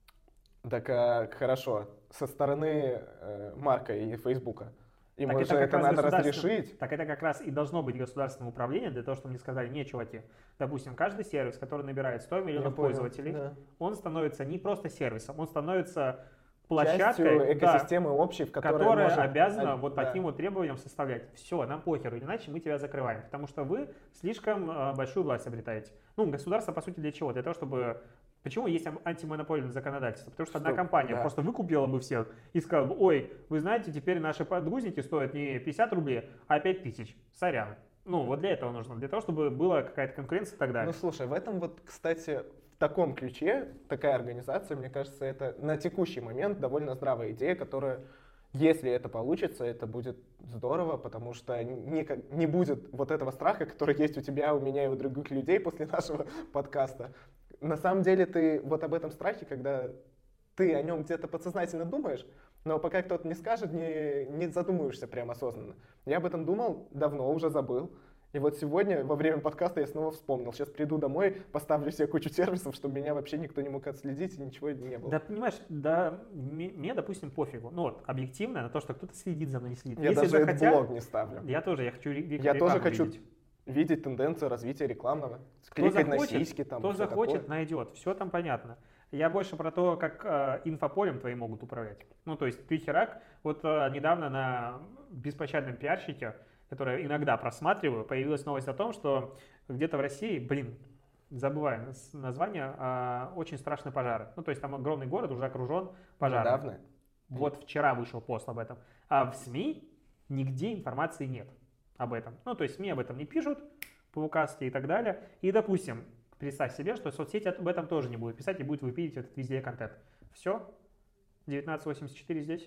Так а, хорошо, со стороны э, Марка и Фейсбука. Им Так уже это как это раз надо государственное- разрешить. Так это как раз и должно быть государственное управление для того, чтобы мне сказали, не, чуваки, допустим, каждый сервис, который набирает сто Я миллионов понял, пользователей, да. он становится не просто сервисом, он становится площадкой, Частью да, экосистемы общей, в которой которая может... обязана а, вот да. таким вот требованиям составлять. Все, нам похеру, иначе мы тебя закрываем, потому что вы слишком э, большую власть обретаете. Ну, государство, по сути, для чего? Для того, чтобы... Почему есть ам- антимонопольное законодательство? Потому что одна Что- компания да. просто выкупила бы всех и сказала бы, ой, вы знаете, теперь наши подгузники стоят не пятьдесят рублей, а пять тысяч. Сорян. Ну, вот для этого нужно, для того, чтобы была какая-то конкуренция и так далее. Ну, слушай, в этом вот, кстати, в таком ключе такая организация, мне кажется, это на текущий момент довольно здравая идея, которая, если это получится, это будет здорово, потому что не, ка- не будет вот этого страха, который есть у тебя, у меня и у других людей после нашего подкаста. На самом деле ты вот об этом страхе, когда ты о нем где-то подсознательно думаешь, но пока кто-то не скажет, не, не задумываешься прям осознанно. Я об этом думал давно, уже забыл. И вот сегодня во время подкаста я снова вспомнил. Сейчас приду домой, поставлю себе кучу сервисов, чтобы меня вообще никто не мог отследить и ничего не было. Да, понимаешь, да, мне, мне, допустим, пофигу. Ну вот, объективно, на то, что кто-то следит за мной, не следит. Я Если даже захотят, блог не ставлю. я тоже, я хочу ре- Я рекламу тоже хочу видеть. видеть тенденцию развития рекламного. Кто Кликать на захочет, сиськи там. кто всё захочет, такое. найдет. Все там понятно. Я больше про то, как э, инфополем твои могут управлять. Ну, то есть ты херак. Вот э, недавно на беспощадном пиарщике, который иногда просматриваю, появилась новость о том, что где-то в России, блин, забываю нас- название, э, очень страшные пожары. Ну, то есть там огромный город уже окружен пожаром. Недавно. Вот вчера вышел пост об этом. А в СМИ нигде информации нет об этом. Ну, то есть СМИ об этом не пишут, по указке и так далее. И, допустим, представь себе, что соцсети об этом тоже не будут писать и будет выпилить этот везде контент. Все? девятнадцать восемьдесят четыре здесь?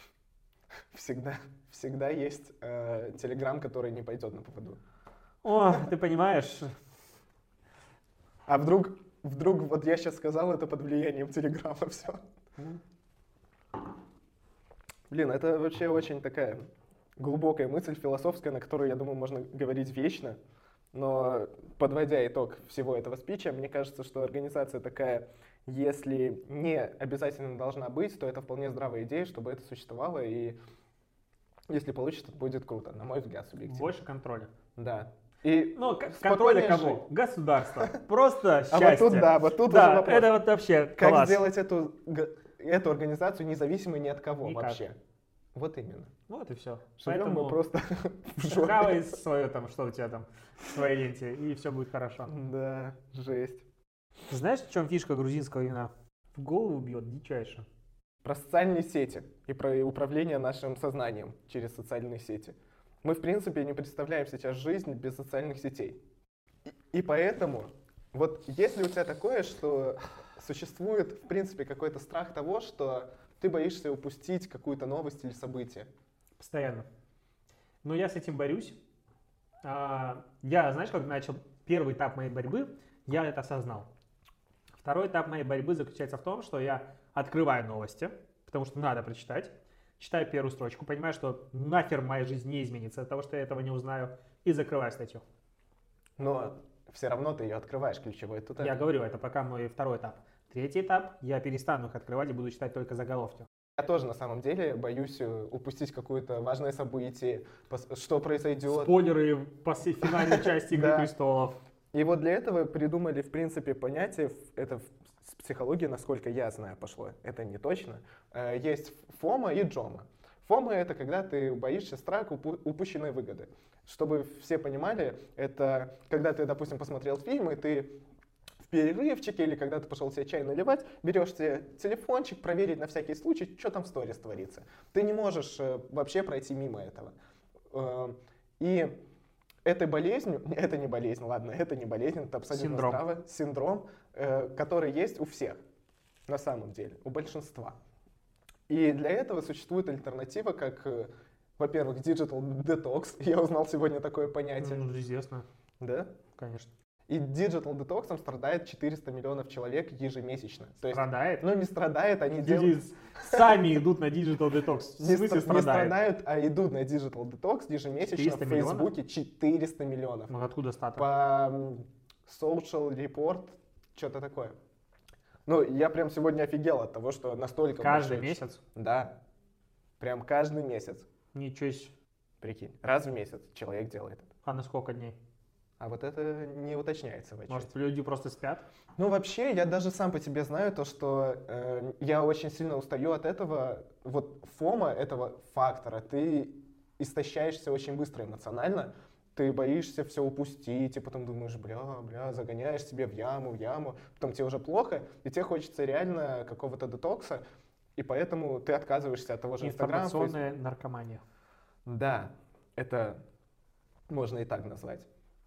Всегда, всегда есть э, телеграм, который не пойдет на поводу. О, ты понимаешь, А вдруг, вдруг вот я сейчас сказал это под влиянием телеграма, все. Блин, это вообще очень такая глубокая мысль, философская, на которую, я думаю, можно говорить вечно. Но подводя итог всего этого спича, мне кажется, что организация такая, если не обязательно должна быть, то это вполне здравая идея, чтобы это существовало. И если получится, будет круто, на мой взгляд, субъективно. больше контроля. Да. И Ну, к- спокойнее контроля кого? жить. Государство. Просто А счастье. вот тут, да, вот тут Да, уже вопрос. это вот вообще Как класс. сделать эту, г- эту организацию независимой ни от кого Никак. вообще? Вот именно. Вот и все. Живем мы просто в жопе. Хавай свое там, что у тебя там в своей ленте, и все будет хорошо. Да, жесть. Знаешь, в чем фишка грузинского вина? В голову бьет дичайше. Про социальные сети и про управление нашим сознанием через социальные сети. Мы, в принципе, не представляем сейчас жизнь без социальных сетей. И, и поэтому, вот если у тебя такое, что существует, в принципе, какой-то страх того, что ты боишься упустить какую-то новость или событие. Постоянно. Но я с этим борюсь. А, Я, знаешь, как начал первый этап моей борьбы, я это осознал. Второй этап моей борьбы заключается в том, что я открываю новости, потому что надо прочитать, читаю первую строчку, понимаю, что нахер моя жизнь не изменится от того, что я этого не узнаю, и закрываю статью. Но все равно ты ее открываешь, ключевой тут. Я это. говорю, это пока мой второй этап. Третий этап, я перестану их открывать и буду читать только заголовки. Я тоже на самом деле боюсь э, упустить какое-то важное событие, пос- что произойдет. Спойлеры по всей финальной части «Игры Да. престолов». И вот для этого придумали, в принципе, понятие, это с психологии, насколько я знаю, пошло, это не точно. Есть фома и джома. Фома — это когда ты боишься страха упущенной выгоды. Чтобы все понимали, это когда ты, допустим, посмотрел фильм, и ты в перерывчике или когда ты пошел себе чай наливать, берешь себе телефончик, проверить на всякий случай, что там в сторис творится. Ты не можешь вообще пройти мимо этого. И этой болезнью, это не болезнь, ладно, это не болезнь, это абсолютно Синдром. здраво, синдром, который есть у всех, на самом деле, у большинства. И для этого существует альтернатива, как, во-первых, digital detox. Я узнал сегодня такое понятие. Ну, известно. Да? Конечно. И digital detox страдает четыреста миллионов человек ежемесячно. То есть, Страдает? ну, не страдает, они Люди делают... сами идут на digital detox. В Не, смысле стра- не страдают? страдают, а идут на digital detox ежемесячно четыреста в миллионов? Фейсбуке четыреста миллионов. Ну, откуда стата? По м, social report, что-то такое. Ну, я прям сегодня офигел от того, что настолько... Каждый большое- месяц? Да. Прям каждый месяц. Ничего себе. Прикинь. Раз в месяц человек делает это. А на сколько дней? А вот это не уточняется в отчете. Может, люди просто спят? Ну, вообще, я даже сам по себе знаю то, что э, я очень сильно устаю от этого, вот фома, этого фактора. Ты истощаешься очень быстро эмоционально, ты боишься все упустить, и потом думаешь, бля, бля, загоняешь себе в яму, в яму, потом тебе уже плохо, и тебе хочется реально какого-то детокса, и поэтому ты отказываешься от того же Инстаграма. Информационная наркомания. Да, это можно и так назвать.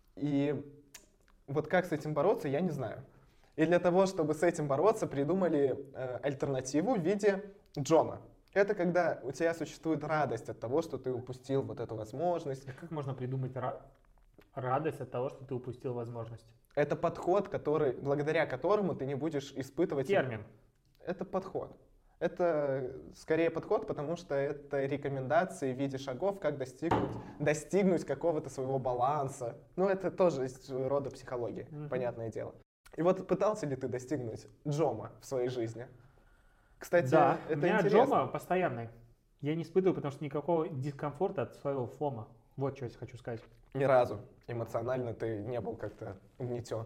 И вот как с этим бороться, я не знаю. И для того, чтобы с этим бороться, придумали э, альтернативу в виде джома. Это когда у тебя существует радость от того, что ты упустил вот эту возможность. А как можно придумать ра- радость от того, что ты упустил возможность? Это подход, который, благодаря которому ты не будешь испытывать... Термин. Это подход. Это скорее подход, потому что это рекомендации в виде шагов, как достигнуть, достигнуть какого-то своего баланса. Ну, это тоже из рода психологии, Mm-hmm. понятное дело. И вот пытался ли ты достигнуть джома в своей жизни? Кстати, Да, это у меня интересно. джома постоянный. Я не испытываю, потому что никакого дискомфорта от своего фома. Вот что я хочу сказать. Ни разу эмоционально ты не был как-то угнетен.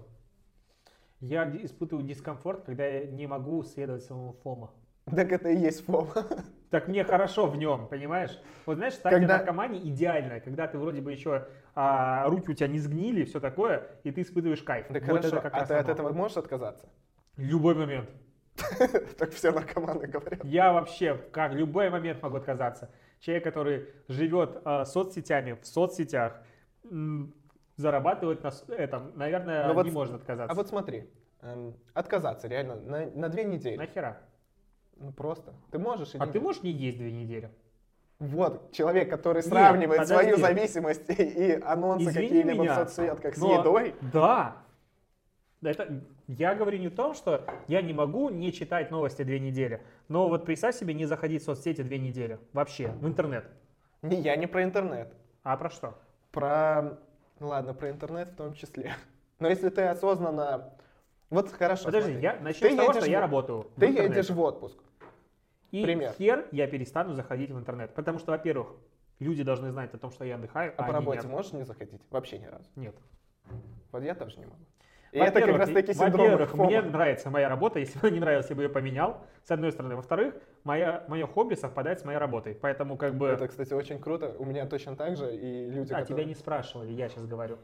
Я ди- испытываю дискомфорт, когда я не могу следовать своему фома. Так это и есть фома. Так мне хорошо в нем, понимаешь? Вот знаешь, стадия Когда- наркомании идеальная, когда ты вроде бы еще а, руки у тебя не сгнили, все такое, и ты испытываешь кайф. Так вот хорошо, это как а раз ты от оно. этого можешь отказаться? Любой момент. Так все наркоманы говорят. Я вообще как любой момент могу отказаться. Человек, который живет а, соцсетями, в соцсетях, м, зарабатывает на с- этом, наверное, Ну вот не с- может отказаться. А вот смотри, эм, отказаться реально на, на две недели. Нахера? Ну просто. Ты можешь или А нет? ты можешь не есть две недели? Вот, человек, который Нет, сравнивает подожди. свою зависимость и, и анонсы Извини какие-либо меня, в соцсетках с но- едой. Да. Это, я говорю не о том, что я не могу не читать новости две недели, но вот представь себе не заходить в соцсети две недели. Вообще, в интернет. Не, я не про интернет. А про что? Про, ну ладно, про интернет в том числе. Но если ты осознанно... Вот хорошо, Подожди, смотри. я начну Ты с того, едешь что я в- работаю в Ты интернете. едешь в отпуск. И пример. хер я перестану заходить в интернет. Потому что, во-первых, люди должны знать о том, что я отдыхаю, А а по они работе нет. можешь не заходить? Вообще ни разу. Нет. Вот я тоже не могу. И это как Во-первых, раз таки и- синдром Во-первых, фома. мне нравится моя работа. Если бы не нравилось, я бы ее поменял. С одной стороны. Во-вторых, моя, мое хобби совпадает с моей работой. Поэтому как бы... Это, кстати, очень круто. У меня точно так же. И люди, А, которые... тебя не спрашивали, я сейчас говорю.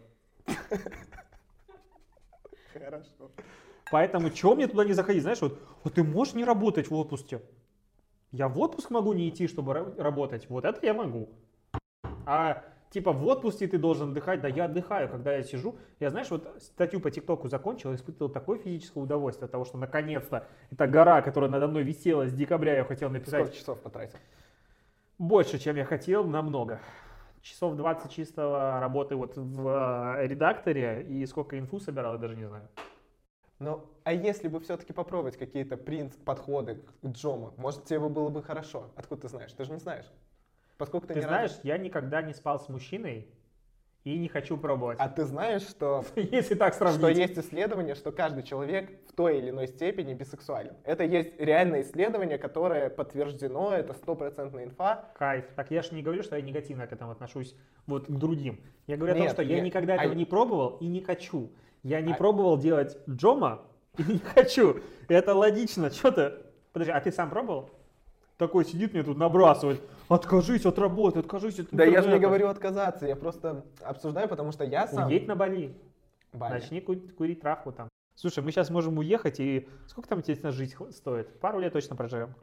Хорошо. Поэтому чего мне туда не заходить? Знаешь, вот, вот ты можешь не работать в отпуске. Я в отпуск могу не идти, чтобы ра- работать. Вот это я могу. А типа в отпуске ты должен отдыхать. Да я отдыхаю, когда я сижу. Я, знаешь, вот статью по ТикТоку закончил, и испытывал такое физическое удовольствие от того, что наконец-то эта гора, которая надо мной висела с декабря, я хотел написать Сколько часов потратил? больше, чем я хотел, намного. Часов двадцать чистого работы вот в э, редакторе, и сколько инфу собирал, я даже не знаю. Ну, а если бы все-таки попробовать какие-то принцип, подходы к джому, может, тебе бы было бы хорошо? Откуда ты знаешь? Ты же не знаешь. Поскольку ты, Ты ни знаешь, разу... я никогда не спал с мужчиной и не хочу пробовать. А ты знаешь, что, Если так сравнить. что есть исследование, что каждый человек в той или иной степени бисексуален. Это есть реальное исследование, которое подтверждено, это стопроцентная инфа. Кайф. Так я же не говорю, что я негативно к этому отношусь, вот к другим. Я говорю о том, Нет, что я я- никогда а этого я- не пробовал и не хочу. Я не А- пробовал делать джома и не хочу. Это логично. Что ты? Подожди, а ты сам пробовал? Такой сидит мне тут набрасывает. Откажись от работы, откажись от Да я же не интернета. говорю отказаться, я просто обсуждаю, потому что я сам... Уедь на Бали. Бали. Начни ку- курить травку там. Слушай, мы сейчас можем уехать, и сколько там, интересно, жить хо- стоит? Пару лет точно проживем.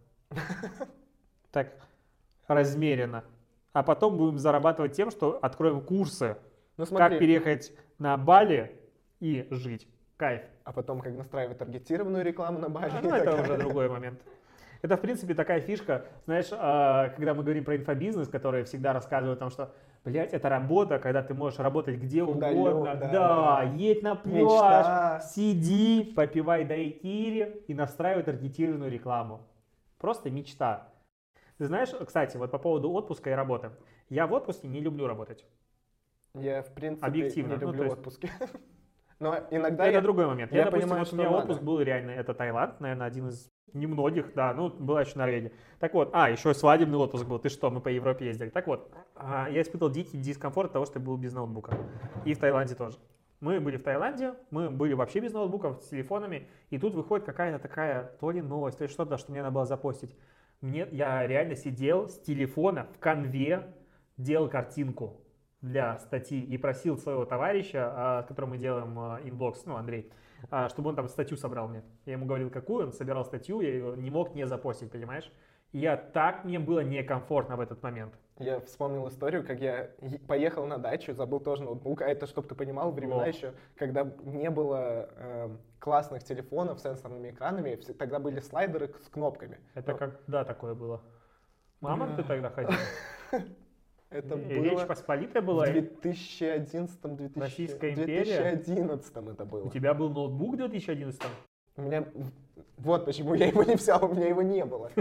Так, размеренно. А потом будем зарабатывать тем, что откроем курсы, Ну смотри, как переехать на Бали и жить. Кайф. а потом как настраивать таргетированную рекламу на Бали. А, и ну, так это далее. уже другой момент. Это, в принципе, такая фишка, знаешь, а, когда мы говорим про инфобизнес, который всегда рассказывает о том, что, блядь, это работа, когда ты можешь работать где Удаленно, угодно. да, Да, да. едь на пляж, Мечта. сиди, попивай дайкири и настраивай таргетированную рекламу. Просто мечта. Ты знаешь, кстати, вот по поводу отпуска и работы. Я в отпуске не люблю работать. Я, в принципе, Объективно, не ну, люблю то есть- отпуски. Но иногда это я... другой момент. я Я, допустим, понимаю, вот у что меня надо. отпуск был реально, это Таиланд, наверное, один из немногих, да, ну, была еще Норвегия. Так вот, а, еще свадебный отпуск был, ты что, мы по Европе ездили. Так вот, а, я испытывал дикий дискомфорт от того, что я был без ноутбука. И в Таиланде тоже. Мы были в Таиланде, мы были вообще без ноутбуков, с телефонами, и тут выходит какая-то такая, то ли новость, то ли что-то, что мне надо было запостить. Мне, я реально сидел с телефона в конве, делал картинку для статьи и просил своего товарища, а, с которым мы делаем а, инбокс, ну, Андрей, а, чтобы он там статью собрал мне. Я ему говорил, какую, он собирал статью, я ее не мог не запостить, понимаешь? И я так, мне было некомфортно в этот момент. Я вспомнил историю, как я е- поехал на дачу, забыл тоже ноутбук. А это, чтобы ты понимал, времена О. еще, когда не было э, классных телефонов с сенсорными экранами, все- тогда были слайдеры с кнопками. Это Ну, как, да, такое было. Мама, Бля. ты тогда ходил? Это И было Речь Посполитая была? в две тысячи одиннадцатом две тысячи Российская две империя? тысячи одиннадцатом это было. У тебя был ноутбук в две тысячи одиннадцатом? У меня... Вот почему я его не взял, у меня его не было.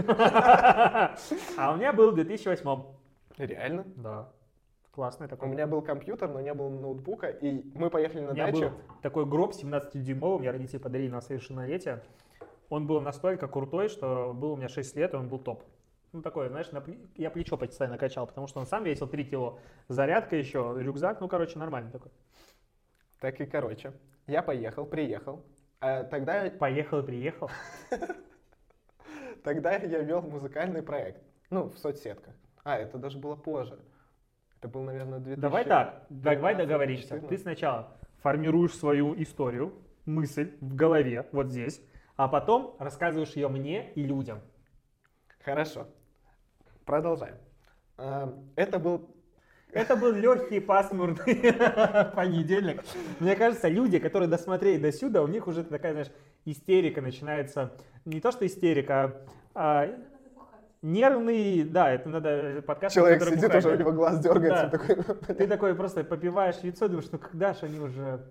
А у меня был в две тысячи восьмом. Реально? Да. Классный У такой. меня был компьютер, но не было ноутбука, и мы поехали на У меня дачу. был такой гроб семнадцатидюймовый, мне родители подарили на совершеннолетие. Он был настолько крутой, что был у меня шесть лет, и он был топ. Ну такой, знаешь, на пле- я плечо постоянно качал, потому что он сам весил три кило. Зарядка еще, рюкзак, ну короче, нормальный такой. Так и короче, я поехал, приехал. А тогда, Поехал и приехал. тогда я вел музыкальный проект. Ну, в соцсетках. А, это даже было позже. Это был, наверное, две тысячи... Давай так, давай пятнадцатый, договоримся. Ты четырнадцатый. сначала формируешь свою историю, мысль в голове, вот здесь, а потом рассказываешь ее мне и людям. Хорошо. Продолжаем. А, Это был... Это был легкий пасмурный понедельник. Мне кажется, люди, которые досмотрели до сюда, у них уже такая, знаешь, истерика начинается. Не то, что истерика, а нервный, да, это надо подкаст. Человек который сидит бухает, уже, у да. него глаз дергается. Да. Такой, Ты такой просто попиваешь яйцо, думаешь, ну когда же они уже...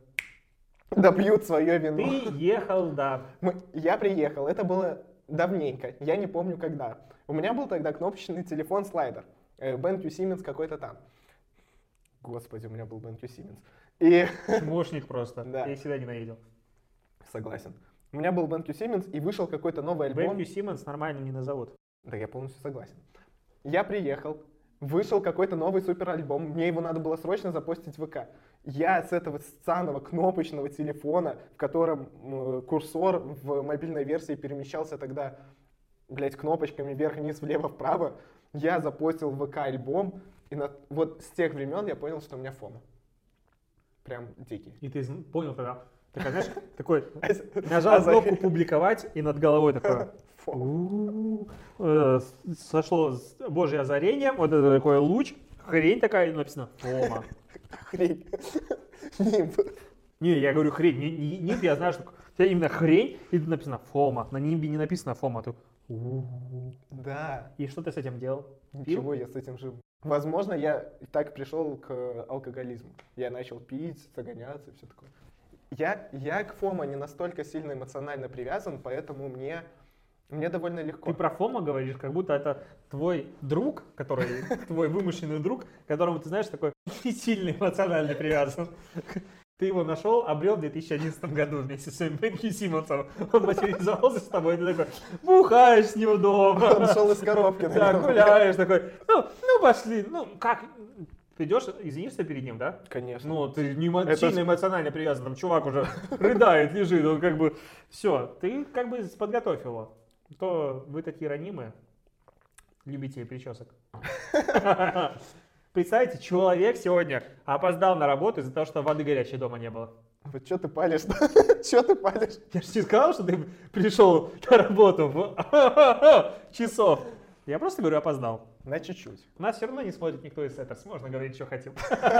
допьют свое вино. Ты ехал, да. Мы- Я приехал, это было давненько, я не помню когда. У меня был тогда кнопочный телефон-слайдер, э, BenQ Siemens какой-то там. Господи, у меня был BenQ Siemens. И Мощник просто. Да. Я их всегда ненавидел. согласен. У меня был BenQ Siemens, и вышел какой-то новый альбом. BenQ Siemens нормально не назовут. Да, я полностью согласен. Я приехал, вышел какой-то новый супер альбом, мне его надо было срочно запостить в ВК. Я с этого ссаного кнопочного телефона, в котором м, курсор в мобильной версии перемещался тогда, блять, кнопочками вверх-вниз, влево-вправо, я запостил в ВК альбом, и на- вот с тех времен я понял, что у меня фома. Прям дикий. И ты зн- понял тогда. Такой, знаешь, такой, А нажал за- кнопку публиковать, и над головой такое, Фома. «У-у-у». Э, с- сошло с- божье озарение, вот это такой луч, хрень такая, и написано «Фома». Хрень. Нимб. Не, я говорю хрень, не, не, нимб, я знаю, что у тебя именно хрень, и тут написано «Фома». На нимбе не написано «Фома», ты «У-у-у». Да. И что ты с этим делал? Ничего, я с этим жил. Возможно, я так пришел к алкоголизму. Я начал пить, загоняться и все такое. Я, я к Фома не настолько сильно эмоционально привязан, поэтому мне, мне довольно легко. Ты про Фома говоришь, как будто это твой друг, который, твой вымышленный друг, к которому ты знаешь, такой не сильно эмоционально привязан. Ты его нашел, обрел в две тысячи одиннадцатом году вместе с своим BenQ Siemens'ом. Он материализовался с тобой, и ты такой, бухаешь с него дома. Он шел из коробки. Да, наверное. гуляешь такой, ну, ну пошли, ну как, придешь, извинишься перед ним, да? Конечно. Ну, ты не эмо- Это сильно ж- эмоционально привязан, там чувак уже рыдает, лежит, он как бы, все, ты как бы подготовь его. То вы такие ранимые, любите причесок. Представьте, человек сегодня опоздал на работу из-за того, что воды горячей дома не было. Вот что ты палишь? Что ты палишь? Я же тебе сказал, что ты пришел на работу в часов. Я просто говорю, опоздал. На чуть-чуть. Нас все равно не смотрит никто из Сеттерс. Можно говорить, что хотим.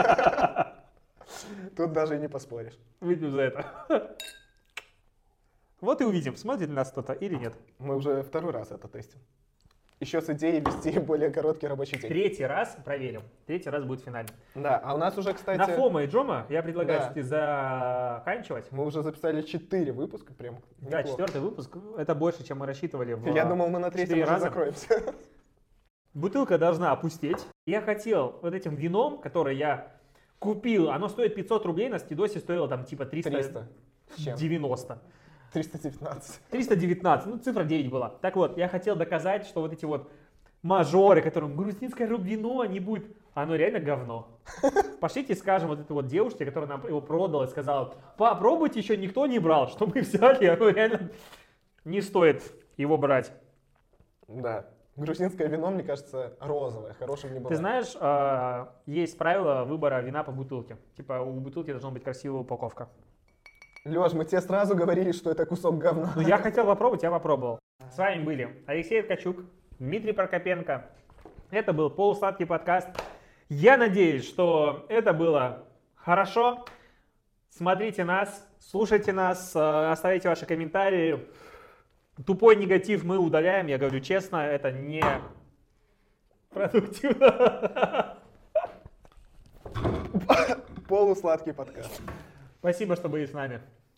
Тут даже и не поспоришь. Выпьем за это. Вот и увидим, смотрит ли нас кто-то или нет. Мы уже второй раз это тестим. Еще с идеей вести более короткий рабочий день. Третий раз проверим. Третий раз будет финальный. Да, а у нас уже, кстати... На Фома и Джома я предлагаю Да. все-таки заканчивать. Мы уже записали четыре выпуска, прям Да, неплохо. четвертый выпуск. Это больше, чем мы рассчитывали. В... Я думал, мы на третьем четыре уже раза. закроемся. Бутылка должна опустеть. Я хотел вот этим вином, которое я купил, оно стоит пятьсот рублей, на Стидосе стоило там типа триста. триста С чем? девяносто. триста девятнадцать. триста девятнадцать, ну цифра девять была. Так вот, я хотел доказать, что вот эти вот мажоры, которым грузинское вино не будет, оно реально говно. Пошлите скажем вот этой вот девушке, которая нам его продала и сказала, попробуйте, еще никто не брал, что мы взяли, оно реально не стоит его брать. Да. Грузинское вино, мне кажется, розовое, хорошим не бывает. Ты знаешь, э, есть правило выбора вина по бутылке. Типа у бутылки должна быть красивая упаковка. Леш, мы тебе сразу говорили, что это кусок говна. Ну я хотел попробовать, я попробовал. С вами были Алексей Ткачук, Дмитрий Прокопенко. Это был полусладкий подкаст. Я надеюсь, что это было хорошо. Смотрите нас, слушайте нас, э, оставляйте ваши комментарии. Тупой негатив мы удаляем, я говорю честно, это не продуктивно. Полусладкий подкаст. Спасибо, что были с нами.